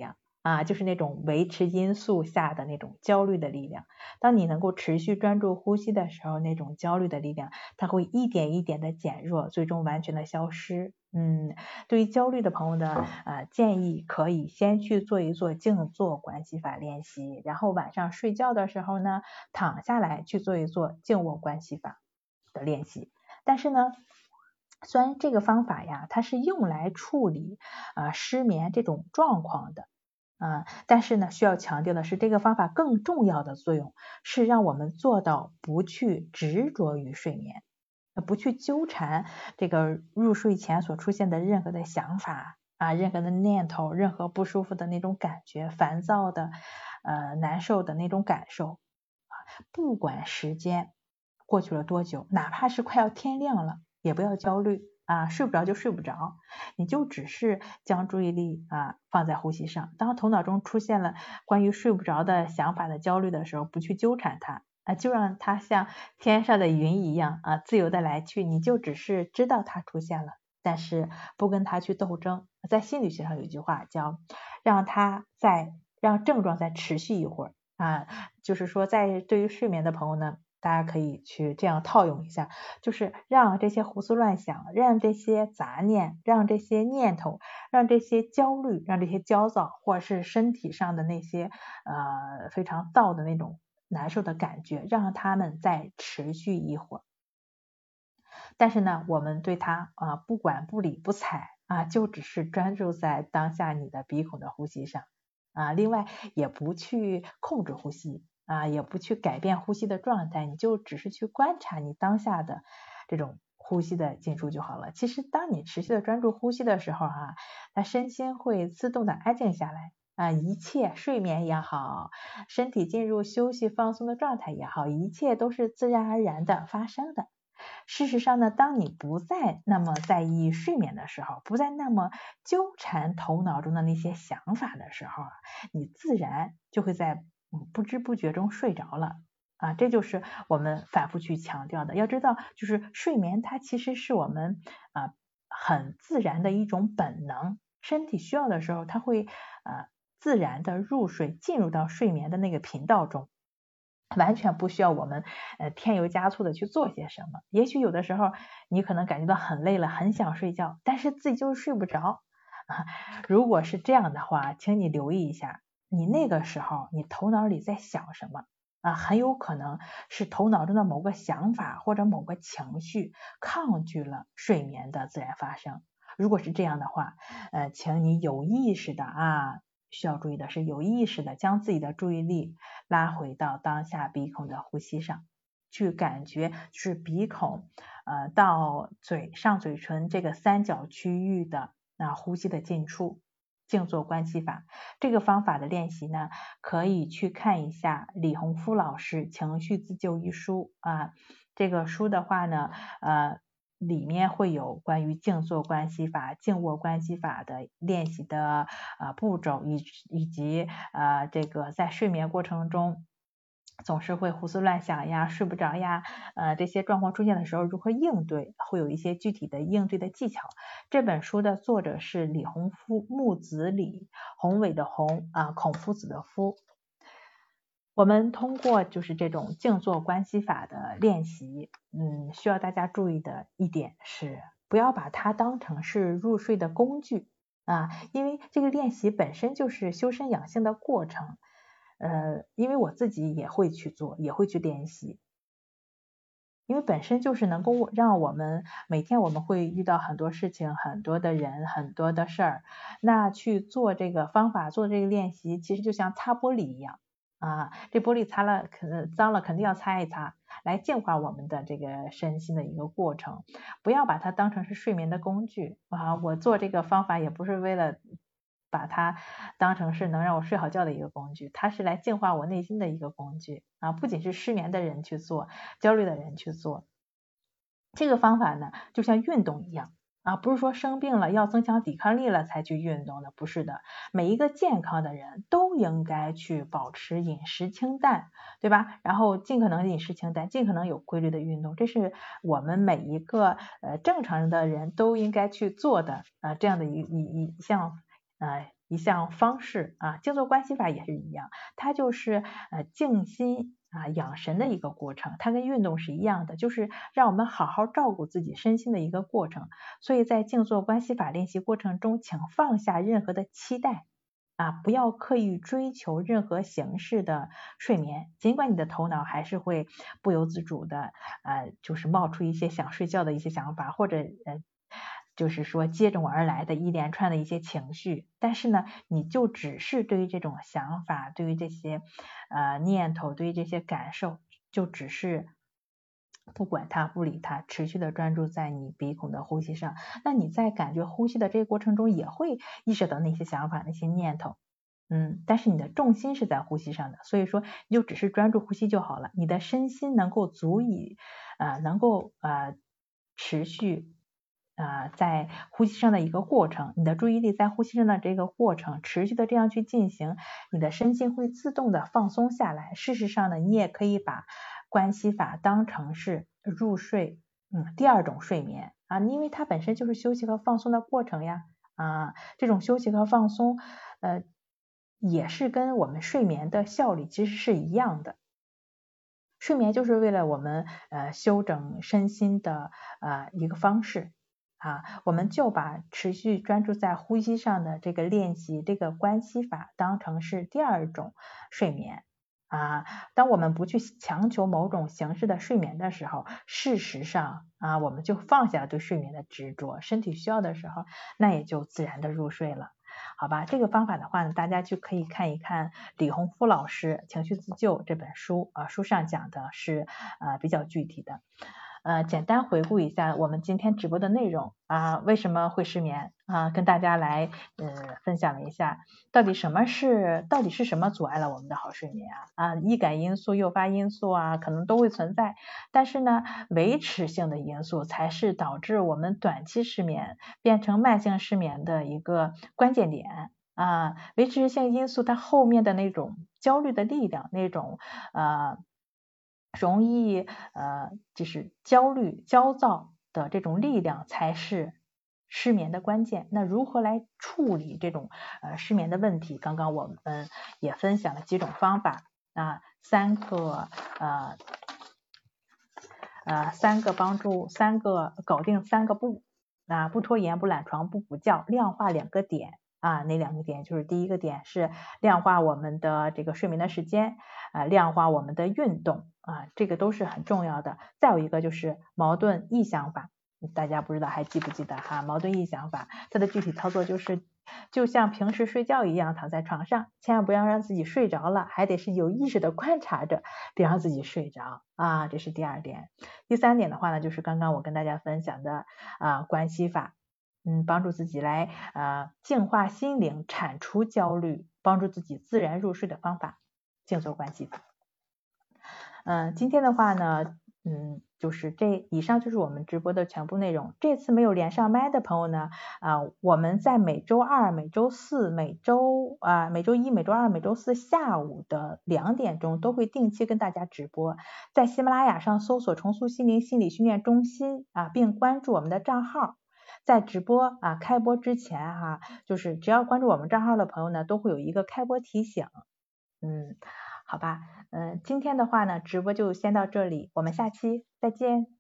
啊，就是那种维持因素下的那种焦虑的力量。当你能够持续专注呼吸的时候，那种焦虑的力量它会一点一点的减弱，最终完全的消失。嗯，对于焦虑的朋友呢，呃，建议可以先去做一做静坐关系法练习，然后晚上睡觉的时候呢，躺下来去做一做静卧关系法的练习。但是呢，虽然这个方法呀，它是用来处理啊、呃、失眠这种状况的。啊、呃，但是呢，需要强调的是，这个方法更重要的作用是让我们做到不去执着于睡眠，不去纠缠这个入睡前所出现的任何的想法啊，任何的念头，任何不舒服的那种感觉，烦躁的、呃难受的那种感受啊，不管时间过去了多久，哪怕是快要天亮了，也不要焦虑啊，睡不着就睡不着，你就只是将注意力啊放在呼吸上。当头脑中出现了关于睡不着的想法的焦虑的时候，不去纠缠它。啊，就让它像天上的云一样啊，自由的来去，你就只是知道它出现了，但是不跟它去斗争。在心理学上有一句话叫让它在让症状再持续一会儿啊，就是说在对于睡眠的朋友呢，大家可以去这样套用一下，就是让这些胡思乱想，让这些杂念，让这些念头，让这些焦虑，让这些焦躁，或者是身体上的那些呃非常躁的那种难受的感觉，让他们再持续一会儿。但是呢，我们对它啊、呃、不管不理不睬啊，就只是专注在当下你的鼻孔的呼吸上啊，另外也不去控制呼吸啊，也不去改变呼吸的状态，你就只是去观察你当下的这种呼吸的进出就好了。其实当你持续的专注呼吸的时候哈、啊，那身心会自动的安静下来。啊，一切睡眠也好，身体进入休息放松的状态也好，一切都是自然而然的发生的。事实上呢，当你不再那么在意睡眠的时候，不再那么纠缠头脑中的那些想法的时候，你自然就会在不知不觉中睡着了。啊，这就是我们反复去强调的。要知道，就是睡眠它其实是我们啊很自然的一种本能，身体需要的时候，它会呃自然的入睡，进入到睡眠的那个频道中，完全不需要我们呃添油加醋的去做些什么。也许有的时候你可能感觉到很累了，很想睡觉，但是自己就是睡不着啊。如果是这样的话，请你留意一下，你那个时候你头脑里在想什么啊？很有可能是头脑中的某个想法或者某个情绪抗拒了睡眠的自然发生。如果是这样的话，呃，请你有意识的啊，需要注意的是有意识的将自己的注意力拉回到当下鼻孔的呼吸上，去感觉就是鼻孔呃到嘴上嘴唇这个三角区域的啊呼吸的进出。静坐关系法这个方法的练习呢，可以去看一下李洪夫老师情绪自救一书啊，这个书的话呢，呃。里面会有关于静坐关系法、静卧关系法的练习的呃步骤，以以及呃这个在睡眠过程中总是会胡思乱想呀、睡不着呀，呃这些状况出现的时候如何应对，会有一些具体的应对的技巧。这本书的作者是李洪夫，木子李，宏伟的宏啊，孔夫子的夫。我们通过就是这种静坐关系法的练习，嗯，需要大家注意的一点是，不要把它当成是入睡的工具啊，因为这个练习本身就是修身养性的过程。呃，因为我自己也会去做，也会去练习，因为本身就是能够让我们每天我们会遇到很多事情，很多的人，很多的事儿，那去做这个方法，做这个练习，其实就像擦玻璃一样。啊，这玻璃擦了，可能脏了，肯定要擦一擦，来净化我们的这个身心的一个过程。不要把它当成是睡眠的工具啊！我做这个方法也不是为了把它当成是能让我睡好觉的一个工具，它是来净化我内心的一个工具啊！不仅是失眠的人去做，焦虑的人去做，这个方法呢，就像运动一样。啊，不是说生病了要增强抵抗力了才去运动的，不是的。每一个健康的人都应该去保持饮食清淡，对吧？然后尽可能饮食清淡，尽可能有规律的运动，这是我们每一个呃正常的人都应该去做的啊、呃、这样的一一一项呃一项方式啊，静坐观息法也是一样，它就是呃静心啊养神的一个过程，它跟运动是一样的，就是让我们好好照顾自己身心的一个过程。所以在静坐观息法练习过程中，请放下任何的期待啊，不要刻意追求任何形式的睡眠，尽管你的头脑还是会不由自主的呃就是冒出一些想睡觉的一些想法，或者呃就是说接踵而来的一连串的一些情绪，但是呢你就只是对于这种想法，对于这些呃念头，对于这些感受，就只是不管它不理它，持续的专注在你鼻孔的呼吸上。那你在感觉呼吸的这个过程中也会意识到那些想法，那些念头，嗯，但是你的重心是在呼吸上的，所以说你就只是专注呼吸就好了，你的身心能够足以呃能够呃持续呃在呼吸上的一个过程，你的注意力在呼吸上的这个过程持续的这样去进行，你的身心会自动的放松下来。事实上呢，你也可以把观息法当成是入睡嗯第二种睡眠啊，因为它本身就是休息和放松的过程呀啊，这种休息和放松呃也是跟我们睡眠的效率其实是一样的。睡眠就是为了我们呃休整身心的呃一个方式啊，我们就把持续专注在呼吸上的这个练习，这个观息法当成是第二种睡眠啊。当我们不去强求某种形式的睡眠的时候，事实上啊，我们就放下对睡眠的执着，身体需要的时候，那也就自然的入睡了。好吧，这个方法的话呢，大家就可以看一看李洪福老师《情绪自救》这本书啊，书上讲的是呃比较具体的。呃，简单回顾一下我们今天直播的内容啊，为什么会失眠啊？跟大家来呃分享了一下，到底什么是到底是什么阻碍了我们的好睡眠啊？啊，易感因素、诱发因素啊，可能都会存在，但是呢，维持性的因素才是导致我们短期失眠变成慢性失眠的一个关键点啊。维持性因素它后面的那种焦虑的力量，那种呃。容易呃就是焦虑焦躁的这种力量才是失眠的关键。那如何来处理这种呃失眠的问题？刚刚我们也分享了几种方法啊，三个呃呃三个帮助三个搞定三个不啊，不拖延不懒床不补觉，量化两个点啊，哪两个点？就是第一个点是量化我们的这个睡眠的时间啊，量化我们的运动啊，这个都是很重要的。再有一个就是矛盾臆想法，大家不知道还记不记得哈？矛盾臆想法它的具体操作就是就像平时睡觉一样，躺在床上，千万不要让自己睡着了，还得是有意识的观察着，别让自己睡着啊，这是第二点。第三点的话呢，就是刚刚我跟大家分享的啊观息法，嗯，帮助自己来呃净化心灵，铲除焦虑，帮助自己自然入睡的方法，静坐观息法。嗯、呃，今天的话呢，嗯，就是这以上就是我们直播的全部内容。这次没有连上麦的朋友呢，啊、呃，我们在每周二、每周四、每周啊、呃、每周一、每周二、每周四下午的两点钟都会定期跟大家直播，在喜马拉雅上搜索重塑心灵心理训练中心啊，并关注我们的账号。在直播啊开播之前哈、啊，就是只要关注我们账号的朋友呢，都会有一个开播提醒。嗯，好吧，嗯、呃，今天的话呢，直播就先到这里，我们下期再见。